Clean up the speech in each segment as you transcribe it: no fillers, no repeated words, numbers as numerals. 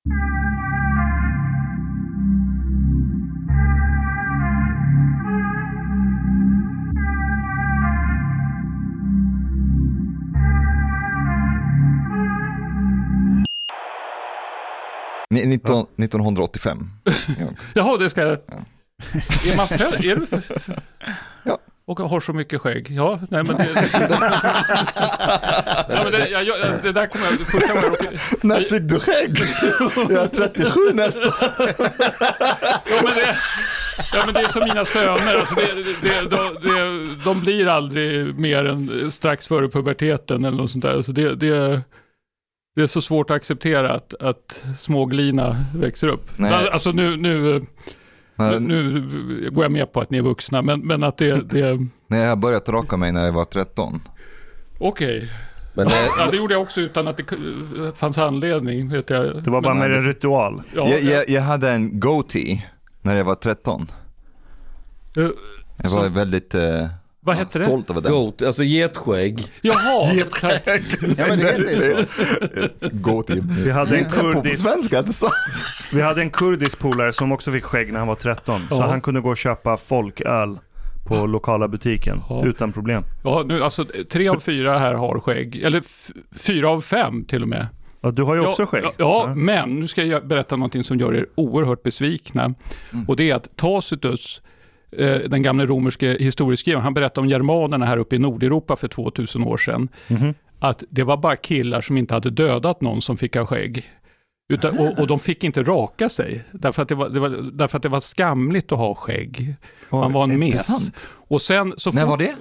Ni- 1985. Jaha, det ska jag... Ja. Är man född? Är du Ja. Och har så mycket skägg? Ja, nej men det... ja, men det där kommer jag... Första gången När fick du skägg? Jag är 37 nästa. Ja, men det är som mina söner. Alltså de blir aldrig mer än strax före puberteten eller något sånt där. Alltså det är så svårt att acceptera att småglina växer upp. Nej. Alltså nu går jag med på att ni är vuxna, men att det... Nej, jag började raka mig när jag var 13. Okej. Men Ja, det gjorde jag också utan att det fanns anledning, vet jag. Det var bara med en ritual. Ja, Jag hade en goatee när jag var 13. Jag var väldigt vad hette det? stolt över den. goat, alltså getskägg. Jaha! Ja, men det heter så. Goatee. Vi hade en På kurdisk, svenska, det sa. vi hade en kurdisk polare som också fick skägg när han var 13. Så Ja. han kunde gå och köpa folköl på lokala butiken utan problem. Ja, nu, alltså 3 av 4 här har skägg. Eller 4 av 5 till och med. Ja, du har ju också skägg. Ja, men nu ska jag berätta någonting som gör er oerhört besvikna. Och det är att Tacitus, den gamla romerske historieskrivaren, han berättade om germanerna här uppe i Nordeuropa för 2000 år sedan. Att det var bara killar som inte hade dödat någon som fick ha skägg. Och de fick inte raka sig. Därför att det var skamligt att ha skägg. Man var en miss. Intressant. Och sen så När var det?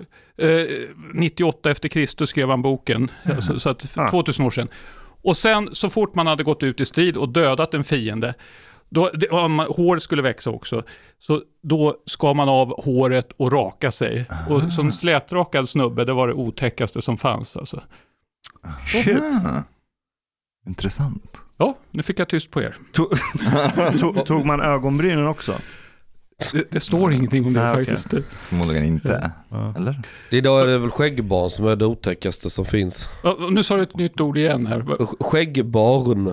98 efter Kristus skrev han boken. Så att 2000 år sedan. Och sen så fort man hade gått ut i strid och dödat en fiende, håret skulle växa också, så då skar man av håret och raka sig. Och som slätrakad snubbe, det var det otäckaste som fanns alltså. Shit. Intressant. Ja, nu fick jag tyst på er. Tog man ögonbrynen också? Det står ingenting om det okej. faktiskt. Förmodligen inte. Eller? Idag är det väl skäggbarn som är det otäckaste som finns. Ja, nu sa du ett nytt ord igen här. Skäggbarn.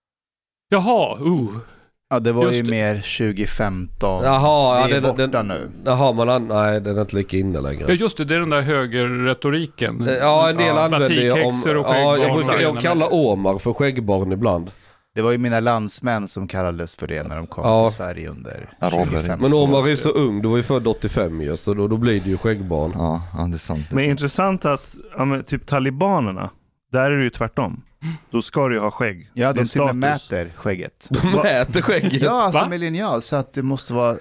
Jaha, Ja, det var Just ju det. mer 2015. Jaha, det är ja, borta nu. Jaha, nej, den är inte lika inne ja längre. just det är den där högerretoriken. Ja, en del använder det om... Batikhäxor och Ja, skäggbarn. jag kallar Omar för skäggbarn ibland. Det var ju mina landsmän som kallades för det när de kom till Sverige under Araber. 2015. Men Omar är så ung, du var ju född 85 ju, så då blir det ju skäggbarn. Ja, det är sant. Men intressant att typ talibanerna, där är det ju tvärtom. Då ska du ju ha skägg. Ja, Det är de till och med status. mäter skägget. De mäter skägget. Ja, alltså Va? med linjal, så att det måste vara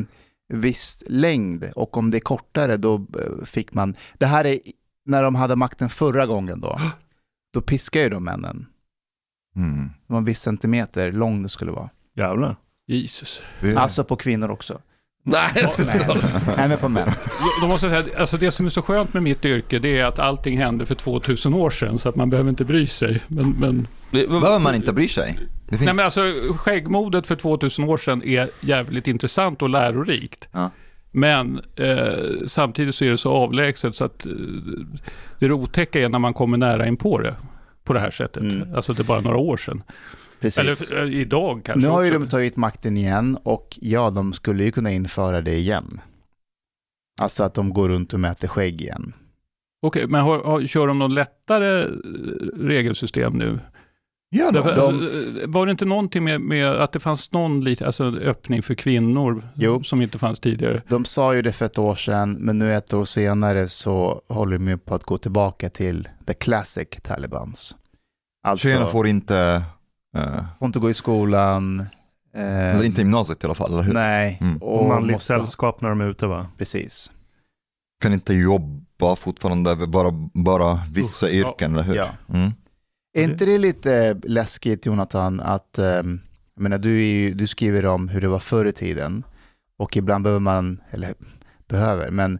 viss längd. Och om det är kortare då fick man... Det här är när de hade makten förra gången då. Då piskar ju de männen. Mm. Det var en viss centimeter lång det skulle vara. Jävlar. Jesus. Alltså på kvinnor också. Nej, Nej, men på män. Då måste jag säga, alltså det som är så skönt med mitt yrke, det är att allting hände för 2000 år sedan, så att man behöver inte bry sig. Men Behöver man inte bry sig? Det finns... nej, men alltså skäggmodet för 2000 år sedan är jävligt intressant och lärorikt. Ja. Men samtidigt så är det så avlägset så att det otäcka är när man kommer nära in på det på det här sättet. Alltså det är bara några år sedan. Precis. Eller idag kanske. Nu har ju också. de tagit makten igen och ja, de skulle ju kunna införa det igen. Alltså att de går runt och mäter skägg igen. Okej, men kör de någon lättare regelsystem nu? Ja, Var det inte någonting med att det fanns någon lite, alltså öppning för kvinnor som inte fanns tidigare? De sa ju det för ett år sedan, men nu ett år senare så håller de ju på att gå tillbaka till the classic Talibans. Alltså, Tjejerna får inte... får inte gå i skolan. eller inte i gymnasiet i alla fall, eller hur? Nej. Och manligt sällskap när de är ute, va? Precis. Kan inte jobba fortfarande, bara vissa yrken, eller hur? Ja. Mm. Är inte det lite läskigt, Jonathan, att jag menar, du skriver om hur det var förr i tiden och ibland behöver man, men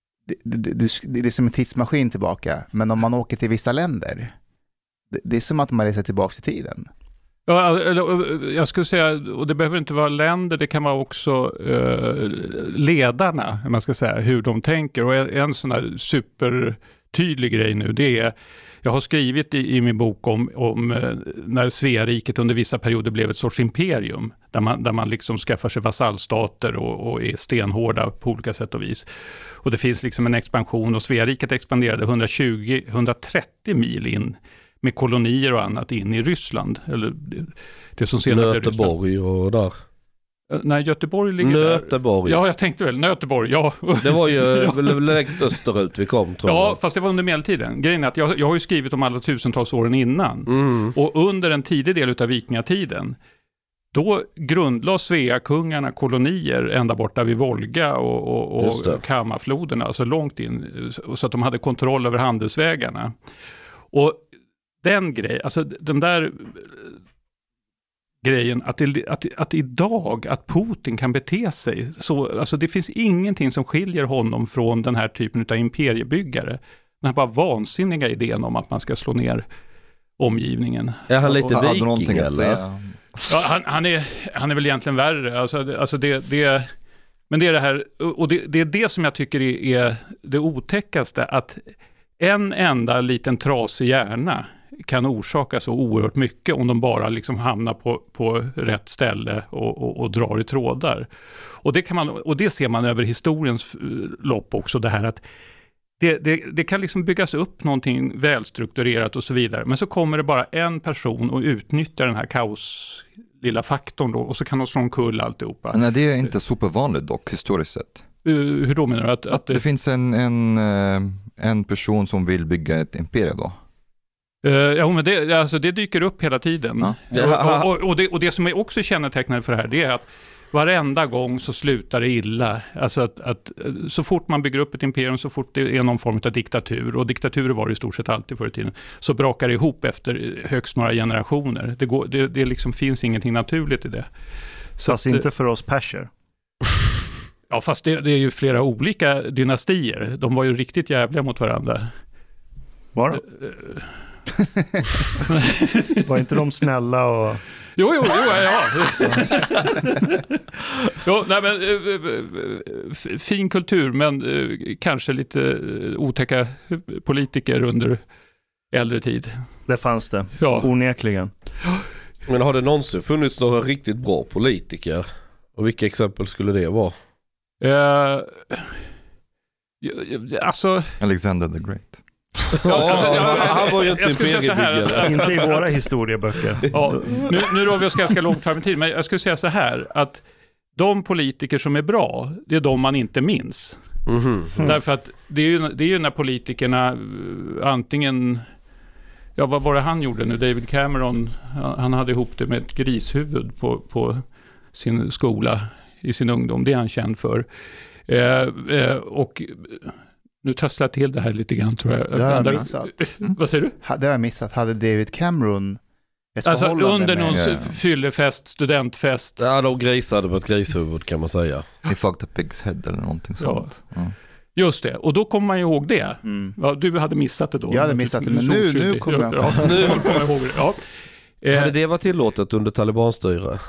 det är som en tidsmaskin tillbaka, men om man åker till vissa länder, det är som att man reser tillbaka i tiden. Ja, jag skulle säga, och det behöver inte vara länder, det kan vara också ledarna, man ska säga, hur de tänker. Och en sån här tydlig grej nu, det är, jag har skrivit i min bok om när Sveriket under vissa perioder blev ett sorts imperium, där man liksom skaffar sig vasallstater och är stenhårda på olika sätt och vis. Och det finns liksom en expansion, och Sveriket expanderade 120-130 mil in med kolonier och annat in i Ryssland. Eller det som senare Göteborg och där. Nej, Göteborg ligger Nöteborg. där. Ja, jag tänkte väl, Nöteborg, ja. Det var ju längst österut vi kom, tror jag. Ja, fast det var under medeltiden. Grejen är att jag har ju skrivit om alla tusentals åren innan. Och under en tidig del av vikingatiden, då grundlade Sveakungarna kolonier ända borta vid Volga och Kammarfloderna, alltså långt in, så att de hade kontroll över handelsvägarna. Och den grejen, alltså den där grejen att idag att Putin kan bete sig så, alltså det finns ingenting som skiljer honom från den här typen av imperiebyggare. Den här bara vansinniga idén om att man ska slå ner omgivningen. Är han lite viking eller? Ja, han är väl egentligen värre. Alltså det men det är det här, och det är det som jag tycker är det otäckaste, att en enda liten trasig hjärna kan orsaka så oerhört mycket om de bara liksom hamnar på rätt ställe och drar i trådar. Och det ser man över historiens lopp också, det här att det kan liksom byggas upp någonting välstrukturerat och så vidare, men så kommer det bara en person och utnyttjar den här lilla faktorn då, och så kan de slå omkull alltihopa. Nej, det är inte supervanligt dock, historiskt sett. Hur då menar du? Att det finns en person som vill bygga ett imperium då? Ja, men det dyker upp hela tiden. Ja. Och det som är också kännetecknande för det här, det är att varenda gång så slutar det illa. Alltså att så fort man bygger upp ett imperium, så fort det är någon form av diktatur, och diktaturer var det i stort sett alltid förr i tiden, så brakar det ihop efter högst några generationer. Det liksom finns ingenting naturligt i det. Fast inte för oss perser. Ja, fast det är ju flera olika dynastier. De var ju riktigt jävliga mot varandra. Var de? Var inte de snälla och... Jo, ja. Jo, nej, men fin kultur, men kanske lite otäcka politiker under äldre tid. Det fanns det, ja. Onekligen. Men har det någonsin funnits några riktigt bra politiker? Och vilka exempel skulle det vara? Alltså... Alexander the Great. Han var ju inte imperiebyggare. Inte i våra historieböcker. Ja, nu rör vi oss ganska långt fram i tid, men jag skulle säga så här, att de politiker som är bra, det är de man inte minns. Därför att det är ju när politikerna antingen, ja, vad var det han gjorde nu? David Cameron, han hade ihop det med ett grishuvud på sin skola i sin ungdom. Det är han känd för. Och nu trasslar jag till det här lite grann, tror jag. Det har jag missat. Vad säger du? Det har jag missat. Hade David Cameron ett förhållande under någon fyllefest, studentfest? Ja, de grisade på ett grishuvud, kan man säga. He fucked a pig's head eller någonting sånt. Ja. Just det, och då kommer man ju ihåg det. Ja, du hade missat det då. Jag hade missat det, men nu kommer jag. Ja, nu kommer jag ihåg det. Ja. Hade det varit tillåtet under talibanstyre?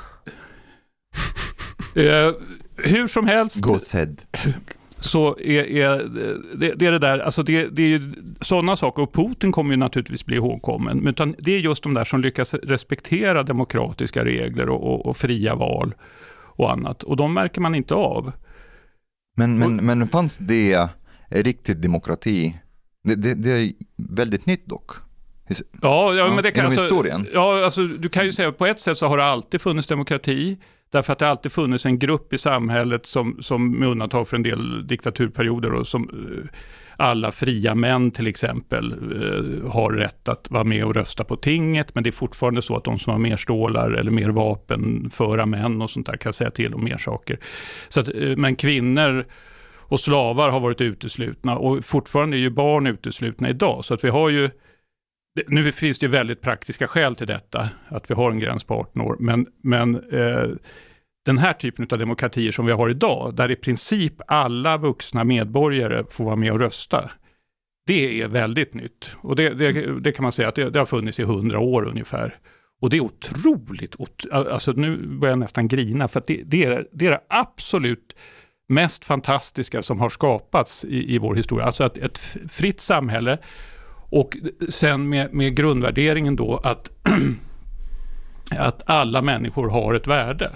Hur som helst. Goat's head. Så är det där, alltså det är ju sådana saker, och Putin kommer ju naturligtvis bli ihågkommen, men utan det är just de där som lyckas respektera demokratiska regler och fria val och annat, och de märker man inte av. Men fanns det riktigt demokrati? Det är väldigt nytt dock. Ja, men det kan historien. Ja, alltså du kan ju säga att på ett sätt så har det alltid funnits demokrati. Därför att det alltid funnits en grupp i samhället som med undantag för en del diktaturperioder, och som alla fria män till exempel har rätt att vara med och rösta på tinget, men det är fortfarande så att de som har mer stålar eller mer vapen, föra män och sånt där, kan säga till om mer saker. Så att, men kvinnor och slavar har varit uteslutna, och fortfarande är ju barn uteslutna idag, så att vi har ju, nu finns det ju väldigt praktiska skäl till detta, att vi har en gräns på 18 år, men den här typen av demokratier som vi har idag, där i princip alla vuxna medborgare får vara med och rösta, det är väldigt nytt. Och det kan man säga att det har funnits i 100 år ungefär. Och det är otroligt, alltså nu börjar jag nästan grina, för att det är det absolut mest fantastiska som har skapats i vår historia. Alltså ett fritt samhälle och sen med grundvärderingen då att alla människor har ett värde.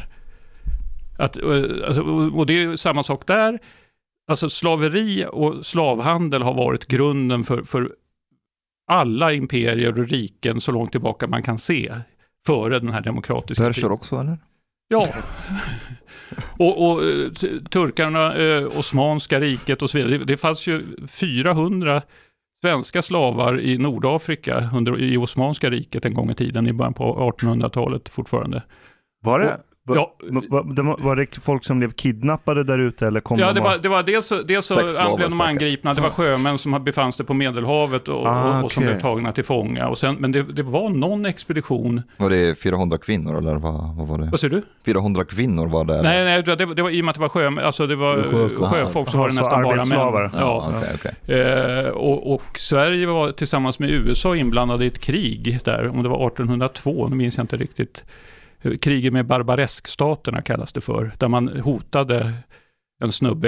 Och det är samma sak där. Alltså slaveri och slavhandel har varit grunden för alla imperier och riken så långt tillbaka man kan se före den här demokratiska Perser också, eller? Ja. och turkarna, Osmanska riket och så vidare. Det fanns ju 400 svenska slavar i Nordafrika i Osmanska riket en gång i tiden i början på 1800-talet fortfarande. Var det? Ja. Var det folk som blev kidnappade där ute eller kom det var dels så blev de angripna. Det var sjömän som befann sig på Medelhavet och som blev tagna till fånga. Och sen, men det var någon expedition. Var det 400 kvinnor eller vad var det? Vad säger du? 400 kvinnor var det? Nej, det var i och med att det var sjömän. Alltså det var sjöfolk som var det nästan bara män. Ja. Okay. Och Sverige var tillsammans med USA inblandade i ett krig där. Om det var 1802, nu minns jag inte riktigt. Kriget med Barbareskstaterna kallas det för. Där man hotade en snubbe,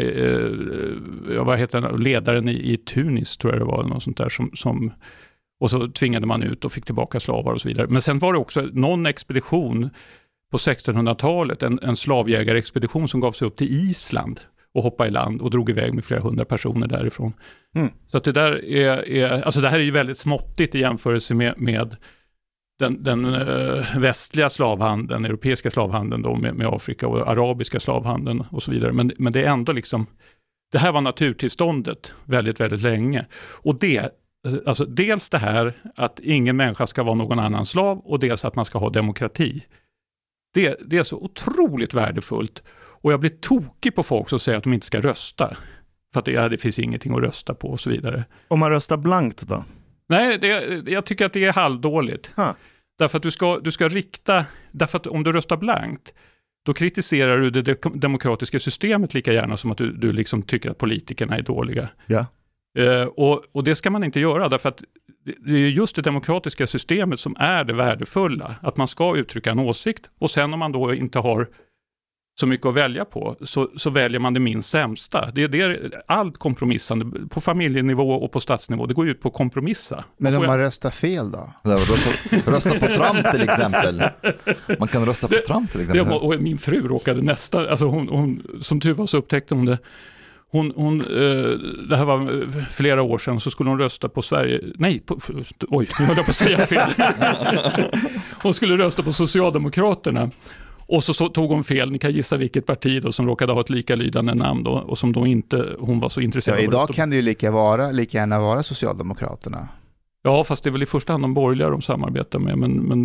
ledaren i Tunis tror jag det var, eller något sånt där som och så tvingade man ut och fick tillbaka slavar och så vidare. Men sen var det också någon expedition på 1600-talet, en slavjägarexpedition som gav sig upp till Island och hoppade i land och drog iväg med flera hundra personer därifrån. Så att det där alltså det här är ju väldigt småttigt i jämförelse med den västliga slavhandeln, europeiska slavhandeln då med Afrika och arabiska slavhandeln och så vidare. Men det är ändå liksom, det här var naturtillståndet väldigt, väldigt länge. Och alltså dels det här att ingen människa ska vara någon annan slav och dels att man ska ha demokrati. Det är så otroligt värdefullt. Och jag blir tokig på folk som säger att de inte ska rösta. För att det finns ingenting att rösta på och så vidare. Om man röstar blankt då? Nej, jag tycker att det är halvdåligt. Därför att du ska rikta, därför att om du röstar blankt, då kritiserar du det demokratiska systemet lika gärna som att du liksom tycker att politikerna är dåliga. Ja. Och det ska man inte göra, därför att det är just det demokratiska systemet som är det värdefulla. Att man ska uttrycka en åsikt och sen om man då inte har så mycket att välja på så väljer man det minst sämsta. Det är allt kompromissande på familjenivå och på statsnivå. Det går ut på att kompromissa. Men om man röstar fel då? Rösta på Trump till exempel. Man kan rösta på Trump till exempel. Och min fru råkade hon som tur var så upptäckte hon det. Det här var flera år sedan, så skulle hon rösta på Sverige. Nej, nu höll jag på att säga fel. Hon skulle rösta på Socialdemokraterna. Och så tog hon fel. Ni kan gissa vilket parti då som råkade ha ett likalydande namn då, och som då inte hon var så intresserad av. Idag kan det ju lika gärna vara Socialdemokraterna. Ja, fast det är väl i första hand de borgerliga de samarbetar med.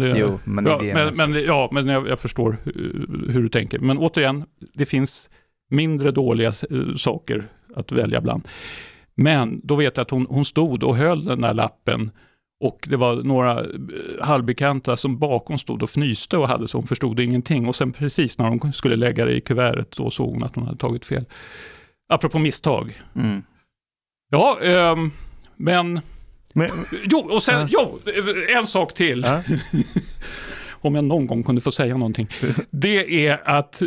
Men jag förstår hur du tänker. Men återigen, det finns mindre dåliga saker att välja bland. Men då vet jag att hon stod och höll den där lappen. Och det var några halvbekanta som bakom stod och fnyste och hade så hon förstod ingenting. Och sen precis när hon skulle lägga det i kuvertet då såg hon att hon hade tagit fel. Apropå misstag. Ja, men... och sen, en sak till. Om jag någon gång kunde få säga någonting. Det är att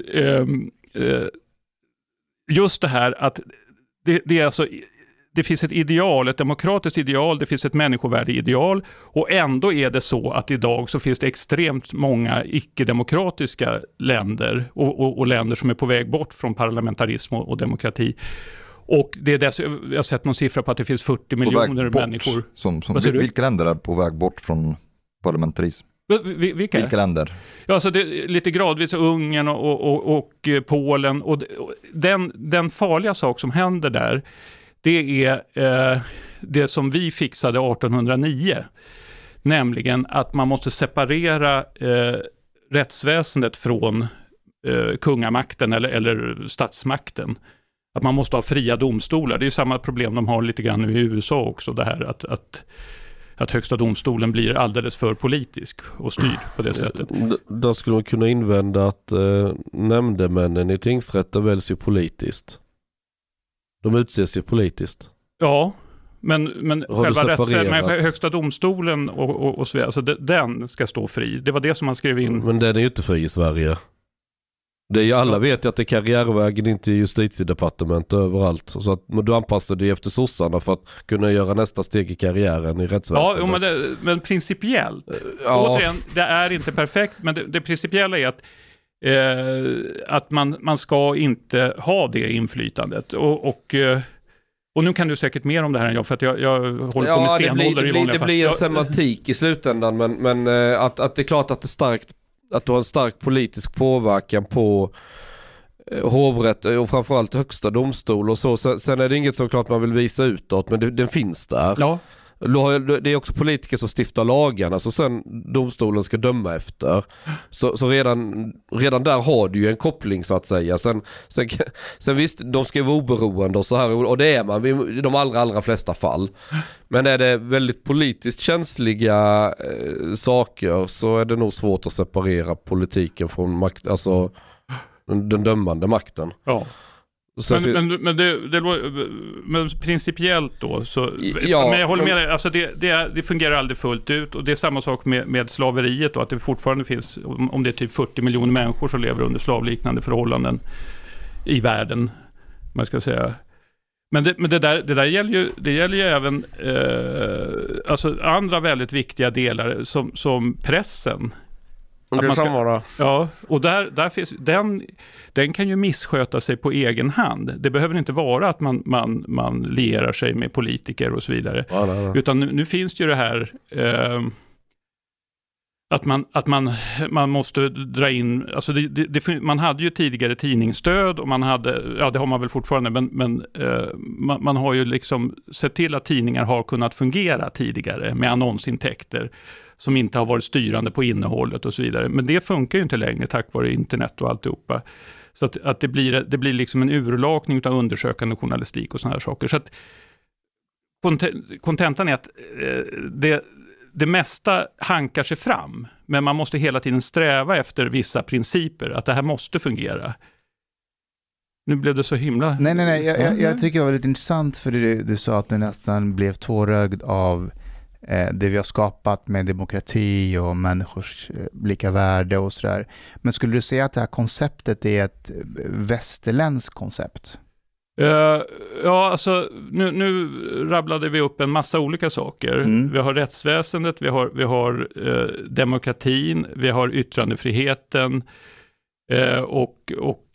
just det här att det är alltså... Det finns ett ideal, ett demokratiskt ideal, det finns ett människovärde-ideal, och ändå är det så att idag så finns det extremt många icke-demokratiska länder och länder som är på väg bort från parlamentarism och demokrati. Och det är jag har sett någon siffra på att det finns 40 miljoner människor. Vilka länder är på väg bort från parlamentarism? Vilka länder? Ja, alltså det är lite gradvis Ungern och Polen. Och den farliga sak som händer där, det är det som vi fixade 1809. Nämligen att man måste separera rättsväsendet från kungamakten eller statsmakten. Att man måste ha fria domstolar. Det är ju samma problem de har lite grann nu i USA också. Det här att högsta domstolen blir alldeles för politisk och styrd på det sättet. Där skulle man kunna invända att nämndemännen i tingsrätten väljs ju politiskt. De utses ju politiskt. Ja, men själva rättsväsendet, högsta domstolen och så vidare, alltså den ska stå fri. Det var det som man skrev in. Men den är ju inte fri i Sverige. Det är ju, alla vet ju att det är karriärvägen in till justitiedepartement överallt. Så att du anpassar dig efter sossarna för att kunna göra nästa steg i karriären i rättsväsendet. Ja, men principiellt. Återigen, det är inte perfekt, men det principiella är att man ska inte ha det inflytandet. Och nu kan du säkert mer om det här än jag, för att jag håller på med stenålder i vanliga fall. Det blir en semantik i slutändan, men att det är klart att det är starkt, att du har en stark politisk påverkan på hovrätt och framförallt högsta domstol och så. Sen är det inget som klart man vill visa utåt, men den finns där. Ja. Det är också politiker som stiftar lagarna, så sen domstolen ska döma efter. Så redan där har du ju en koppling, så att säga. Sen visst, de ska ju vara oberoende och så här, och det är man i de allra flesta fall. Men är det väldigt politiskt känsliga saker, så är det nog svårt att separera politiken från makt, alltså den dömande makten. Ja. Men principiellt då så, ja, men jag håller med dig, alltså det fungerar aldrig fullt ut, och det är samma sak med slaveriet då, att det fortfarande finns, om det är typ 40 miljoner människor som lever under slavliknande förhållanden i världen, man ska säga. Men det där gäller ju även alltså andra väldigt viktiga delar som pressen. Ja, och där finns, den kan ju missköta sig på egen hand. Det behöver inte vara att man lierar sig med politiker och så vidare. Ja, nej. Utan nu finns det ju det här att man måste dra in, alltså man hade ju tidigare tidningsstöd, och man hade, ja det har man väl fortfarande, men man har ju liksom sett till att tidningar har kunnat fungera tidigare med annonsintäkter som inte har varit styrande på innehållet och så vidare. Men det funkar ju inte längre tack vare internet och alltihopa. Så att det blir liksom en urlakning av undersökande journalistik och såna här saker. Så att kontentan är att det mesta hankar sig fram, men man måste hela tiden sträva efter vissa principer, att det här måste fungera. Nu blev det så himla... Nej. Jag tycker det var lite intressant, för du sa att det nästan blev tårögd av det vi har skapat med demokrati och människors lika värde och sådär. Men skulle du säga att det här konceptet är ett västerländskt koncept? Ja, alltså nu rabblade vi upp en massa olika saker. Vi har rättsväsendet, vi har demokratin, vi har yttrandefriheten och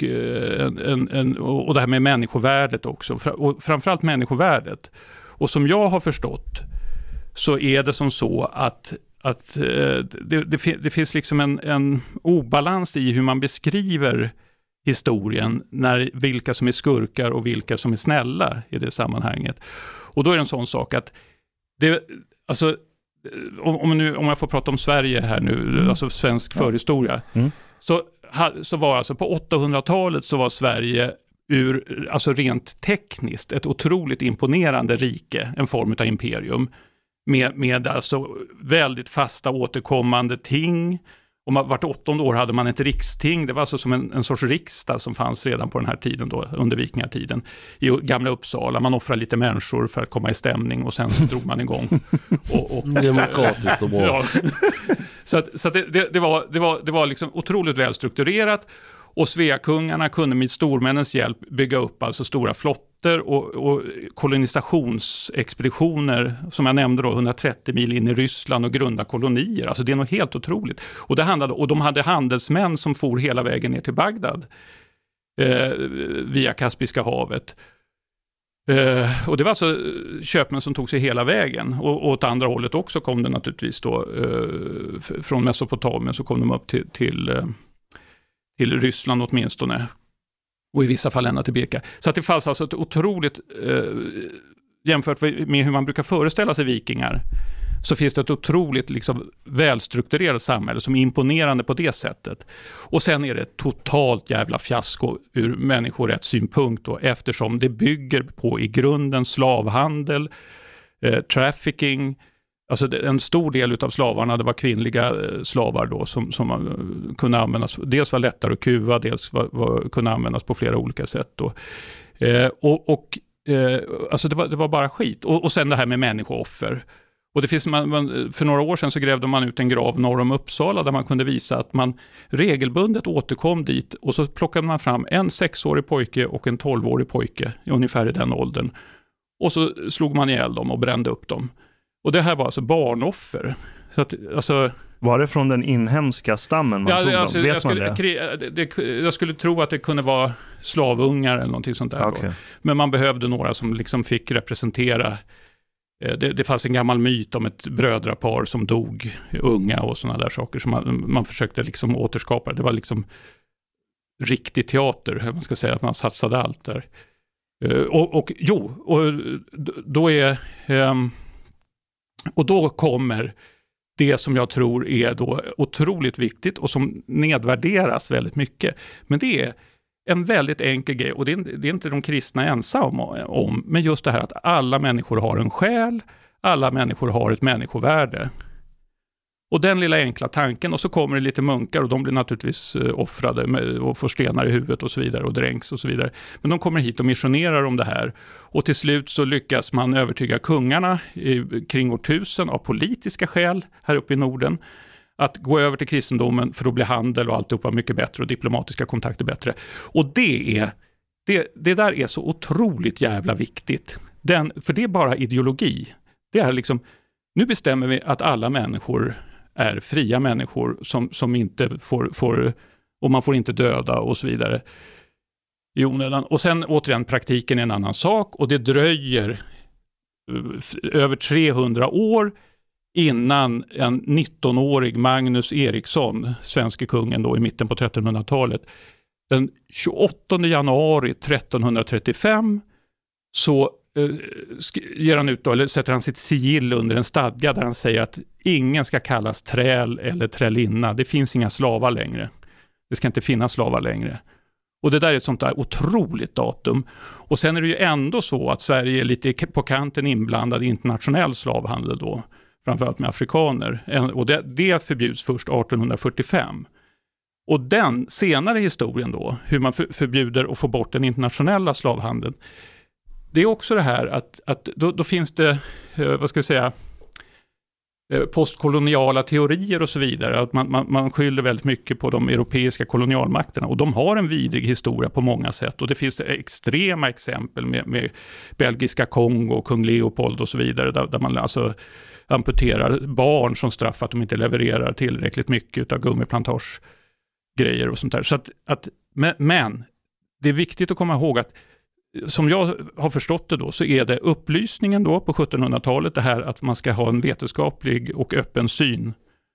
det här med människovärdet också. Och framförallt människovärdet. Och som jag har förstått så är det som så att det finns liksom en obalans i hur man beskriver historien, när vilka som är skurkar och vilka som är snälla i det sammanhanget. Och då är det en sån sak att det, alltså, om jag får prata om Sverige här nu, alltså svensk förhistoria, så var alltså på 800-talet så var Sverige alltså rent tekniskt ett otroligt imponerande rike, en form av imperium med alltså väldigt fasta återkommande ting. Och vart 8:e år hade man ett riksting. Det var alltså som en sorts riksdag som fanns redan på den här tiden då, under vikingatiden i gamla Uppsala. Man offrade lite människor för att komma i stämning, och sen så drog man igång. Demokratiskt och bra. Ja. Så att det var liksom otroligt välstrukturerat. Och Sveakungarna kunde med stormännens hjälp bygga upp alltså stora flotter och kolonisationsexpeditioner, som jag nämnde då, 130 mil in i Ryssland, och grunda kolonier. Alltså det är något helt otroligt. Och de hade handelsmän som for hela vägen ner till Bagdad via Kaspiska havet. Och det var alltså köpmän som tog sig hela vägen, och åt andra hållet också kom det naturligtvis då från Mesopotamien, så kom de upp till Ryssland åtminstone, och i vissa fall ända till Birka. Så att det fanns alltså ett otroligt, jämfört med hur man brukar föreställa sig vikingar, så finns det ett otroligt liksom välstrukturerat samhälle som är imponerande på det sättet. Och sen är det ett totalt jävla fiasko ur människorättssynpunkt då, eftersom det bygger på i grunden slavhandel, trafficking. Alltså en stor del av slavarna, det var kvinnliga slavar då som kunde användas, dels var lättare att kuva, dels kunde användas på flera olika sätt då. Alltså det var bara skit. Och sen det här med människooffer. Och det finns, för några år sedan så grävde man ut en grav norr om Uppsala där man kunde visa att man regelbundet återkom dit och så plockade man fram en 6-årig pojke och en 12-årig pojke ungefär i den åldern. Och så slog man ihjäl dem och brände upp dem. Och det här var alltså barnoffer. Så att, alltså, var det från den inhemska stammen man tog alltså, dem? Vet man det? Jag skulle tro att det kunde vara slavungar eller någonting sånt där. Okay. Men man behövde några som liksom fick representera. Det fanns en gammal myt om ett brödrapar som dog unga och sådana där saker som man försökte liksom återskapa. Det var liksom riktig teater, man ska säga, att man satsade allt där. Och då kommer det som jag tror är då otroligt viktigt och som nedvärderas väldigt mycket. Men det är en väldigt enkel grej, och det är inte de kristna ensamma om, men just det här att alla människor har en själ, alla människor har ett människovärde. Och den lilla enkla tanken, och så kommer det lite munkar och de blir naturligtvis offrade och får stenar i huvudet och så vidare och dränks och så vidare. Men de kommer hit och missionerar om det här. Och till slut så lyckas man övertyga kungarna kring år 1000 av politiska skäl här uppe i Norden att gå över till kristendomen, för då blir handel och alltihopa mycket bättre och diplomatiska kontakter bättre. Och det där är så otroligt jävla viktigt. För det är bara ideologi. Det är liksom, nu bestämmer vi att alla människor är fria människor som inte får och man får inte döda och så vidare i onödan. Och sen återigen, praktiken är en annan sak, och det dröjer över 300 år innan en 19-årig Magnus Eriksson, svenske kungen då i mitten på 1300-talet, den 28 januari 1335 så ger han ut då, eller sätter han sitt sigill under en stadga där han säger att ingen ska kallas träl eller trälinna. Det finns inga slavar längre. Det ska inte finnas slavar längre. Och det där är ett sånt där otroligt datum. Och sen är det ju ändå så att Sverige är lite på kanten inblandad i internationell slavhandel då, framförallt med afrikaner. Och det förbjuds först 1845. Och den senare historien då, hur man förbjuder att få bort den internationella slavhandeln, det är också det här att då finns det, vad ska jag säga, postkoloniala teorier och så vidare. Att man skyller väldigt mycket på de europeiska kolonialmakterna, och de har en vidrig historia på många sätt. Och det finns extrema exempel med belgiska Kongo och kung Leopold och så vidare, där man alltså amputerar barn som straff att de inte levererar tillräckligt mycket av gummiplantage-grejer och sånt där. Så men det är viktigt att komma ihåg att, som jag har förstått det då, så är det upplysningen då på 1700-talet, det här att man ska ha en vetenskaplig och öppen syn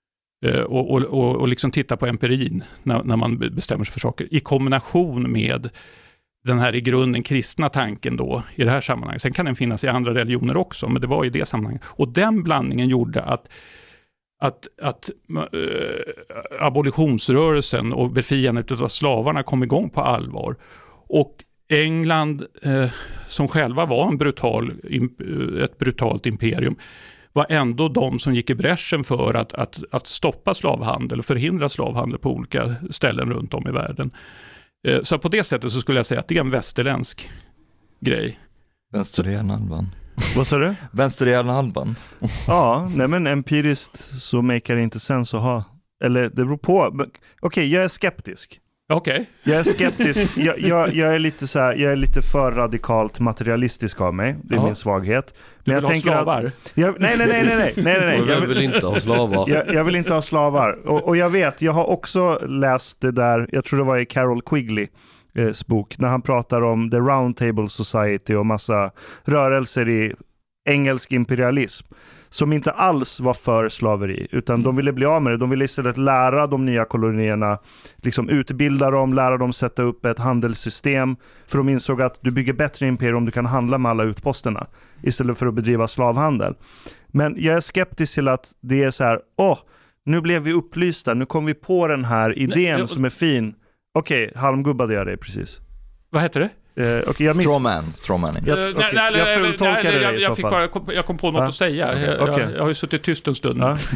och liksom titta på empirin när man bestämmer sig för saker, i kombination med den här i grunden kristna tanken då i det här sammanhanget. Sen kan den finnas i andra religioner också, men det var i det sammanhanget. Och den blandningen gjorde att abolitionsrörelsen och befriandet av slavarna kom igång på allvar. Och England, som själva var ett brutalt imperium, var ändå de som gick i bräschen för att stoppa slavhandel och förhindra slavhandel på olika ställen runt om i världen. Så på det sättet så skulle jag säga att det är en västerländsk grej. Vänsterhjärnhalvan. Vad sa du? Vänsterhjärnhalvan. Ja, nej, men empiriskt så makar det inte sens att ha. Eller det beror på. Okej, jag är skeptisk. Okej. Jag är skeptisk. Jag är lite så här, jag är lite för radikalt materialistisk av mig. Det är min svaghet. Men jag tänker slavar? Nej. Jag vill inte ha slavar. Jag vill inte ha slavar. Och jag vet, jag har också läst det där, jag tror det var i Carol Quigley's bok, när han pratar om The Round Table Society och massa rörelser i engelsk imperialism som inte alls var för slaveri, utan de ville bli av med det. De ville istället lära de nya kolonierna, liksom utbilda dem, lära dem sätta upp ett handelssystem, för de insåg att du bygger bättre imperium om du kan handla med alla utposterna istället för att bedriva slavhandel. Men jag är skeptisk till att det är så här, nu blev vi upplysta, nu kom vi på den här idén som är fin. Okej, halmgubbade jag det precis. Vad heter det? Okay, Strawman. Jag fulltolkade det i så fall. Jag kom på något att säga. Jag har ju suttit tyst en stund. Ja.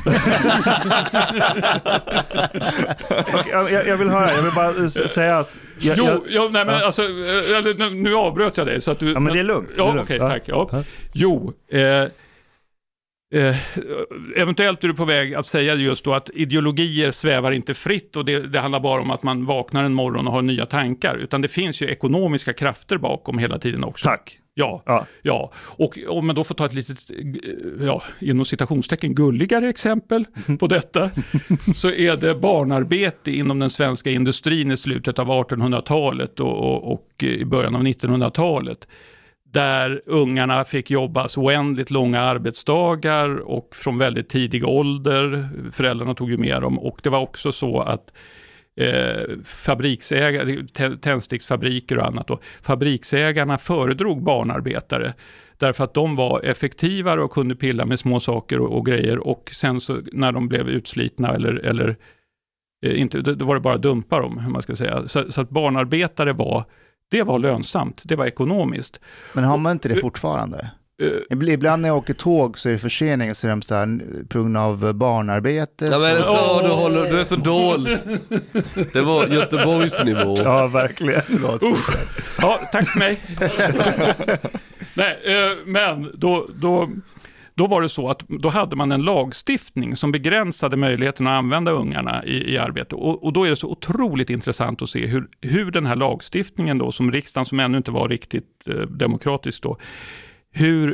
Jag vill höra. Jag vill bara säga att... Alltså, nu avbröt jag dig. Så att du, men det är lugnt. Ja, okej, tack. Ja. Jo, Eventuellt är du på väg att säga just då att ideologier svävar inte fritt och det handlar bara om att man vaknar en morgon och har nya tankar, utan det finns ju ekonomiska krafter bakom hela tiden också. Tack. Ja. Och om man då får ta ett litet, inom citationstecken, gulligare exempel på detta, så är det barnarbete inom den svenska industrin i slutet av 1800-talet och i början av 1900-talet. Där ungarna fick jobba så oändligt långa arbetsdagar och från väldigt tidig ålder. Föräldrarna tog ju med dem, och det var också så att fabriksägare, tändsticksfabriker och annat då, fabriksägarna föredrog barnarbetare därför att de var effektivare och kunde pilla med små saker och grejer, och sen så när de blev utslitna eller inte, då var det bara dumpa dem, hur man ska säga. Så att barnarbetare var lönsamt, det var ekonomiskt. Men har man inte det fortfarande? Ibland när jag åker tåg så är det förseningar, så är de så här på grund av barnarbete. Ja, men du är så dålig. Det var Göteborgs nivå. Ja, verkligen. Ja, tack för mig. Nej, men då var det så att då hade man en lagstiftning som begränsade möjligheten att använda ungarna i arbete. Och då är det så otroligt intressant att se hur den här lagstiftningen då, som riksdagen, som ännu inte var riktigt demokratisk då, hur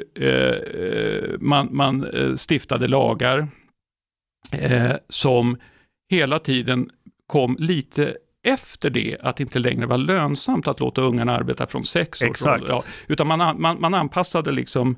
man stiftade lagar som hela tiden kom lite efter det att det inte längre var lönsamt att låta ungarna arbeta från 6 år. Exakt. Utan man anpassade liksom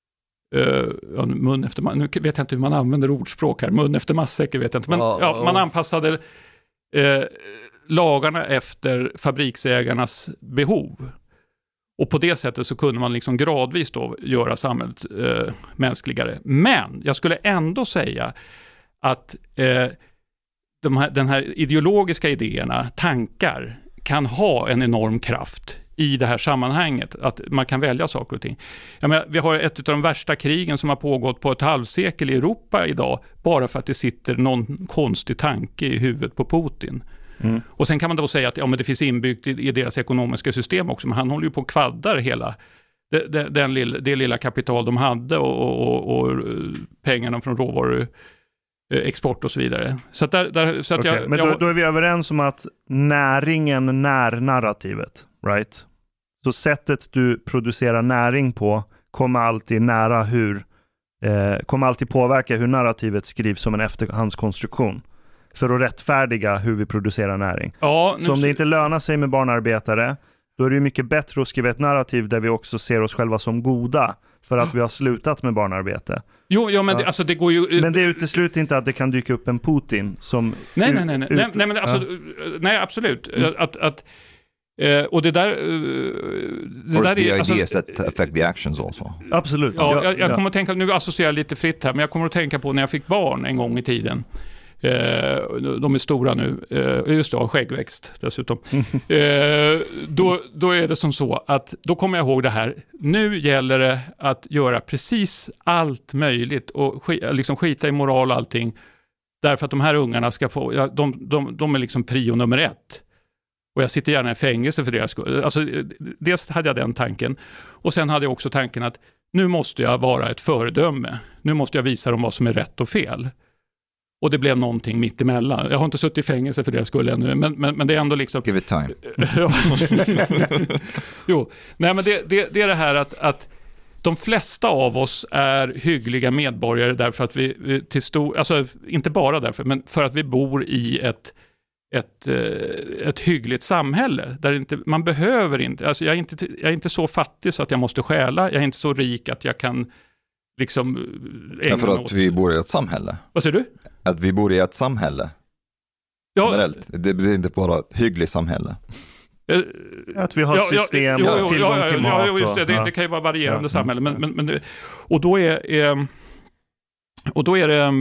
mun efter nu vet jag inte hur man använder ordspråk här, mun efter matsäck vet jag inte, men man anpassade lagarna efter fabriksägarnas behov. Och på det sättet så kunde man liksom gradvis då göra samhället mänskligare. Men jag skulle ändå säga att den här ideologiska idéerna, tankar, kan ha en enorm kraft i det här sammanhanget. Att man kan välja saker och ting. Vi har ett av de värsta krigen som har pågått på ett halvsekel i Europa idag, bara för att det sitter någon konstig tanke i huvudet på Putin. Mm. Och sen kan man då säga att men det finns inbyggt i deras ekonomiska system också, men han håller ju på att kvaddar hela det lilla kapital de hade och pengarna från råvaruexport och så vidare. Så att men då är vi överens om att näringen när narrativet, right? Så sättet du producerar näring på kommer alltid kommer alltid påverka hur narrativet skrivs som en efterhandskonstruktion. För att rättfärdiga hur vi producerar näring. Ja, så om det inte lönar sig med barnarbetare, då är det ju mycket bättre att skriva ett narrativ där vi också ser oss själva som goda för att vi har slutat med barnarbete. Jo, men ja. Det går ju... Men det utesluter inte att det kan dyka upp en Putin som... Nej, absolut. Och det där... the ideas that affect the actions also. Absolut. Ja, jag kommer att tänka, nu associerar jag lite fritt här, men jag kommer att tänka på när jag fick barn en gång i tiden. De är stora nu, just det, har skäggväxt dessutom. Då är det som så att då kommer jag ihåg det här, nu gäller det att göra precis allt möjligt och liksom skita i moral och allting, därför att de här ungarna ska få, de är liksom prio nummer 1. Och jag sitter gärna i fängelse för deras skull. Alltså, dels hade jag den tanken, och sen hade jag också tanken att nu måste jag vara ett föredöme, nu måste jag visa dem vad som är rätt och fel. Och det blev någonting mitt emellan. Jag har inte suttit i fängelse för det skulle ännu, men det är ändå liksom... Give it time. Jo, nej, men det är det här att de flesta av oss är hyggliga medborgare därför att vi till alltså inte bara därför, men för att vi bor i ett hyggligt samhälle där inte, man behöver inte, alltså jag är inte så fattig så att jag måste stjäla, jag är inte så rik att jag kan liksom ägna för att vi bor i ett samhälle. Vad säger du? Att vi bor i ett samhälle. Generellt. Det är inte bara ett hyggligt samhälle. Att vi har system, tillgång till mat. Just det kan ju vara varierande samhälle. Men och då är det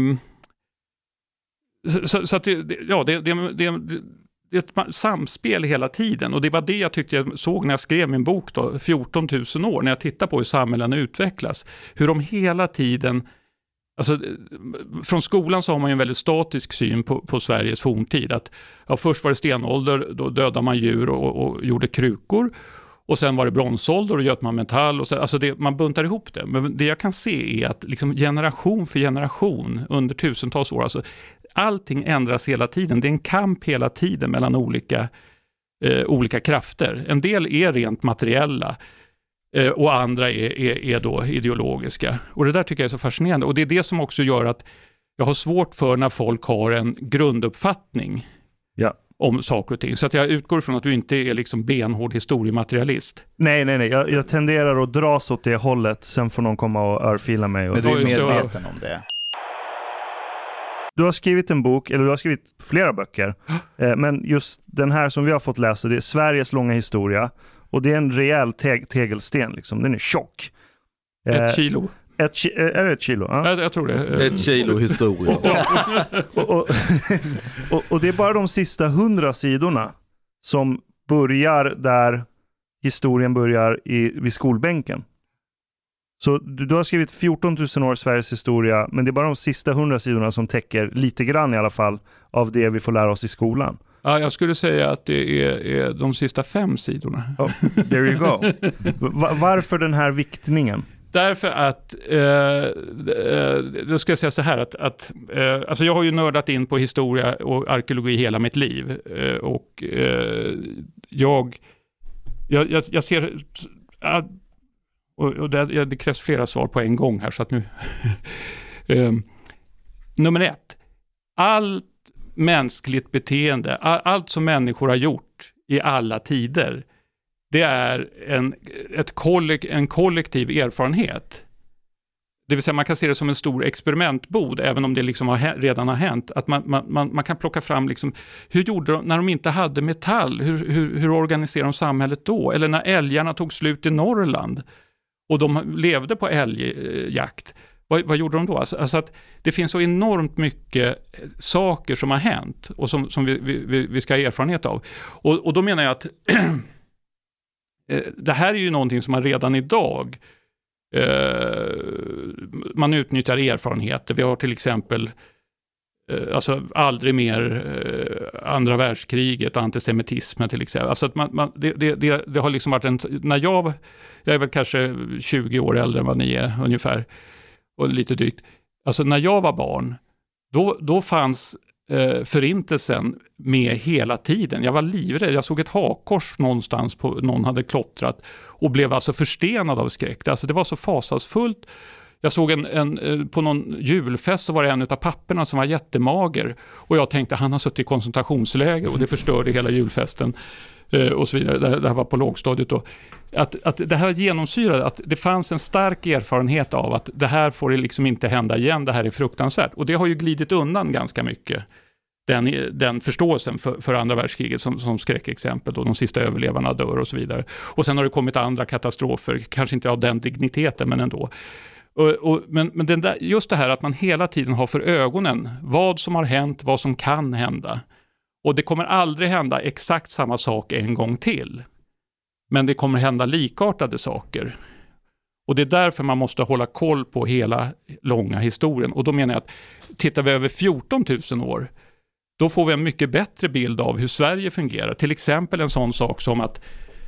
så att det är ett samspel hela tiden, och det var det jag tyckte jag såg när jag skrev min bok då, 14 000 år, när jag tittar på hur samhällen utvecklas, hur de hela tiden, alltså från skolan så har man ju en väldigt statisk syn på Sveriges forntid, att först var det stenålder, då dödade man djur och gjorde krukor, Och sen var det bronsålder och göt man metall. Och så, alltså man buntar ihop det. Men det jag kan se är att liksom generation för generation under tusentals år, alltså allting ändras hela tiden. Det är en kamp hela tiden mellan olika krafter. En del är rent materiella och andra är då ideologiska. Och det där tycker jag är så fascinerande. Och det är det som också gör att jag har svårt för när folk har en grunduppfattning om saker och ting. Så att jag utgår från att du inte är liksom benhård historiematerialist. Nej. Jag tenderar att dras åt det hållet. Sen får någon komma och örfila mig. Men du är medveten om det. Du har skrivit en bok, eller du har skrivit flera böcker. Men just den här som vi har fått läsa, det är Sveriges långa historia. Och det är en rejäl tegelsten. Liksom. Den är tjock. 1 kilo. Är det 1 kilo? Ja. Jag tror det. 1 kilo historia. och det är bara de sista 100 sidorna som börjar där historien börjar vid skolbänken. Så du har skrivit 14 000 år Sveriges historia, men det är bara de sista 100 sidorna som täcker lite grann i alla fall av det vi får lära oss i skolan. Ja, jag skulle säga att det är de sista 5 sidorna. Oh, there you go. Varför den här viktningen? Därför att, då ska jag säga så här att alltså jag har ju nördat in på historia och arkeologi hela mitt liv. Och jag ser, och det krävs flera svar på en gång här så att nu. Nummer 1. Allt mänskligt beteende, allt som människor har gjort i alla tider, det är en kollektiv erfarenhet. Det vill säga man kan se det som en stor experimentbod, även om det liksom redan har hänt. Att man kan plocka fram liksom, hur gjorde de när de inte hade metall? Hur organiserade de samhället då? Eller när älgarna tog slut i Norrland och de levde på älgjakt. Vad gjorde de då? Alltså att det finns så enormt mycket saker som har hänt och som vi ska ha erfarenhet av. Och då menar jag att det här är ju någonting som man redan idag man utnyttjar erfarenheter. Vi har till exempel alltså aldrig mer andra världskriget, antisemitismen till exempel. Alltså att det har liksom varit när jag är väl kanske 20 år äldre än vad ni är ungefär och lite drygt. Alltså när jag var barn då fanns förintelsen med hela tiden. Jag var livrädd. Jag såg ett hakkors någonstans någon hade klottrat och blev alltså förstenad av skräck. Alltså det var så fasansfullt. Jag såg på någon julfest så var det en av papporna som var jättemager och jag tänkte han har suttit i koncentrationsläger och det förstörde hela julfesten och så vidare. Det här var på lågstadiet då. Att det här genomsyrade, att det fanns en stark erfarenhet av att det här får det liksom inte hända igen, det här är fruktansvärt. Och det har ju glidit undan ganska mycket, den förståelsen för andra världskriget som skräckexempel då de sista överlevarna dör och så vidare. Och sen har det kommit andra katastrofer, kanske inte av den digniteten men ändå. Men just det här att man hela tiden har för ögonen vad som har hänt, vad som kan hända. Och det kommer aldrig hända exakt samma sak en gång till. Men det kommer hända likartade saker. Och det är därför man måste hålla koll på hela långa historien. Och då menar jag att tittar vi över 14 000 år, då får vi en mycket bättre bild av hur Sverige fungerar. Till exempel en sån sak som att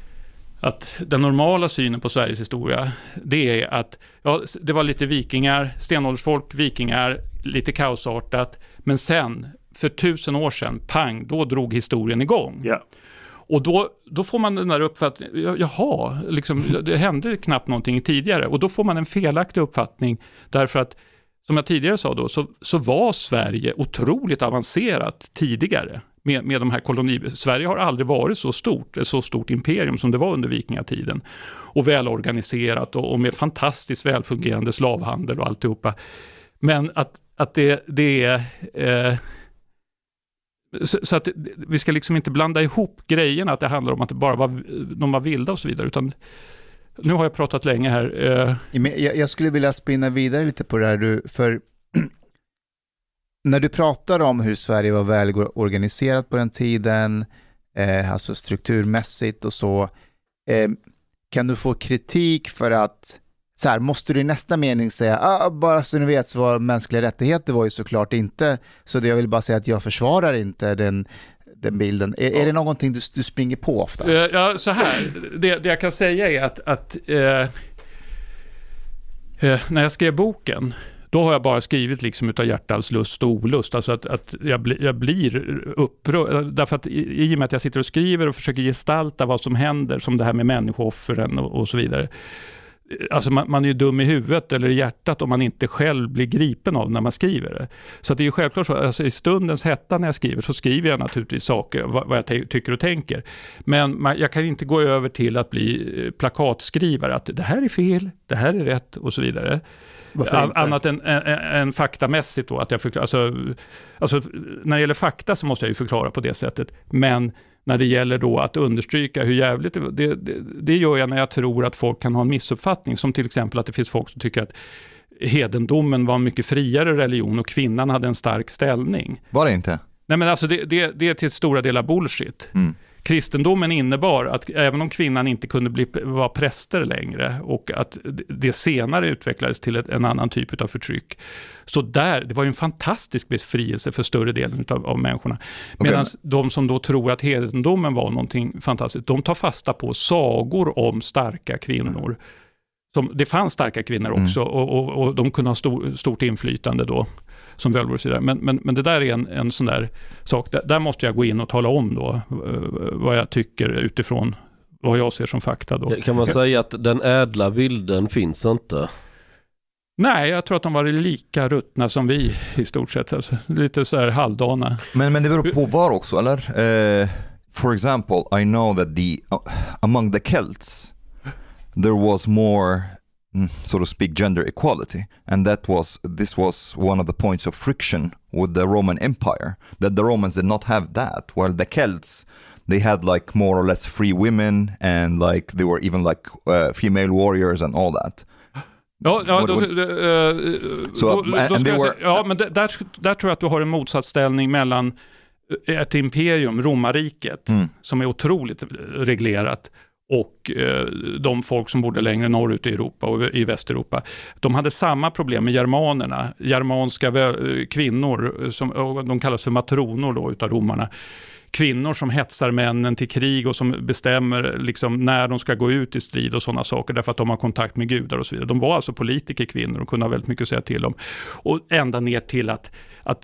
den normala synen på Sveriges historia, det är att det var lite vikingar, stenåldersfolk, vikingar, lite kaosartat. Men sen, för 1000 år sedan, pang, då drog historien igång. Yeah. Och då får man den där uppfattningen, jaha, liksom, det hände knappt någonting tidigare. Och då får man en felaktig uppfattning därför att, som jag tidigare sa då, så var Sverige otroligt avancerat tidigare med de här kolonierna. Sverige har aldrig varit ett så stort imperium som det var under vikingatiden. Och välorganiserat och med fantastiskt välfungerande slavhandel och alltihopa. Men att det är... Så att vi ska liksom inte blanda ihop grejerna att det handlar om att det bara de var vilda och så vidare, utan nu har jag pratat länge här. Jag skulle vilja spinna vidare lite på det här, för när du pratar om hur Sverige var väl organiserat på den tiden, alltså strukturmässigt och så, kan du få kritik för att så här, måste du i nästa mening säga bara så ni vet så var mänskliga rättigheter var ju såklart inte, så jag vill bara säga att jag försvarar inte den bilden. Är det någonting du springer på ofta? Ja, så här. Det jag kan säga är att när jag skrev boken, då har jag bara skrivit liksom utav hjärtans lust och olust. Alltså att jag blir upprörd. Därför att i och med att jag sitter och skriver och försöker gestalta vad som händer, som det här med människooffren och så vidare. Alltså man är ju dum i huvudet eller i hjärtat om man inte själv blir gripen av när man skriver det. Så att det är ju självklart så, alltså i stundens hetta när jag skriver så skriver jag naturligtvis saker, vad jag tycker och tänker. Men jag kan inte gå över till att bli plakatskrivare, att det här är fel, det här är rätt och så vidare. Annat än faktamässigt då, att jag förklarar, alltså när det gäller fakta så måste jag ju förklara på det sättet, men när det gäller då att understryka hur jävligt det gör jag när jag tror att folk kan ha en missuppfattning, som till exempel att det finns folk som tycker att hedendomen var en mycket friare religion och kvinnan hade en stark ställning. Var det inte? Nej, men alltså det är till stora delar bullshit. Kristendomen innebar att även om kvinnan inte kunde vara präster längre och att det senare utvecklades till en annan typ av förtryck. Så det var ju en fantastisk befrielse för större delen av människorna. Medan de som då tror att hedendomen var någonting fantastiskt, de tar fasta på sagor om starka kvinnor. Det fanns starka kvinnor också och de kunde ha stort inflytande då som völvor och så där. Men det där är en sån där sak. Där måste jag gå in och tala om då vad jag tycker utifrån vad jag ser som fakta då. Kan man säga att den ädla vilden finns inte? Nej, jag tror att de var lika ruttna som vi i stort sett. Alltså, lite så här halvdana. Men det beror på var också, eller? For example, I know that among the Celts there was more, so to speak, gender equality, and this was one of the points of friction with the Roman Empire, that the Romans did not have that, while the Celts, they had like more or less free women, and like they were even like female warriors and all that. Men där tror jag att du har en motsatsställning mellan ett imperium, romarriket, som är otroligt reglerat, och de folk som bodde längre norrut i Europa och i Västeuropa. De hade samma problem med germanerna. Germanska kvinnor, som de kallas för matronor då utav romarna. Kvinnor som hetsar männen till krig och som bestämmer liksom när de ska gå ut i strid och sådana saker, därför att de har kontakt med gudar och så vidare. De var alltså politiker, kvinnor, och kunde ha väldigt mycket att säga till om. Och ända ner till att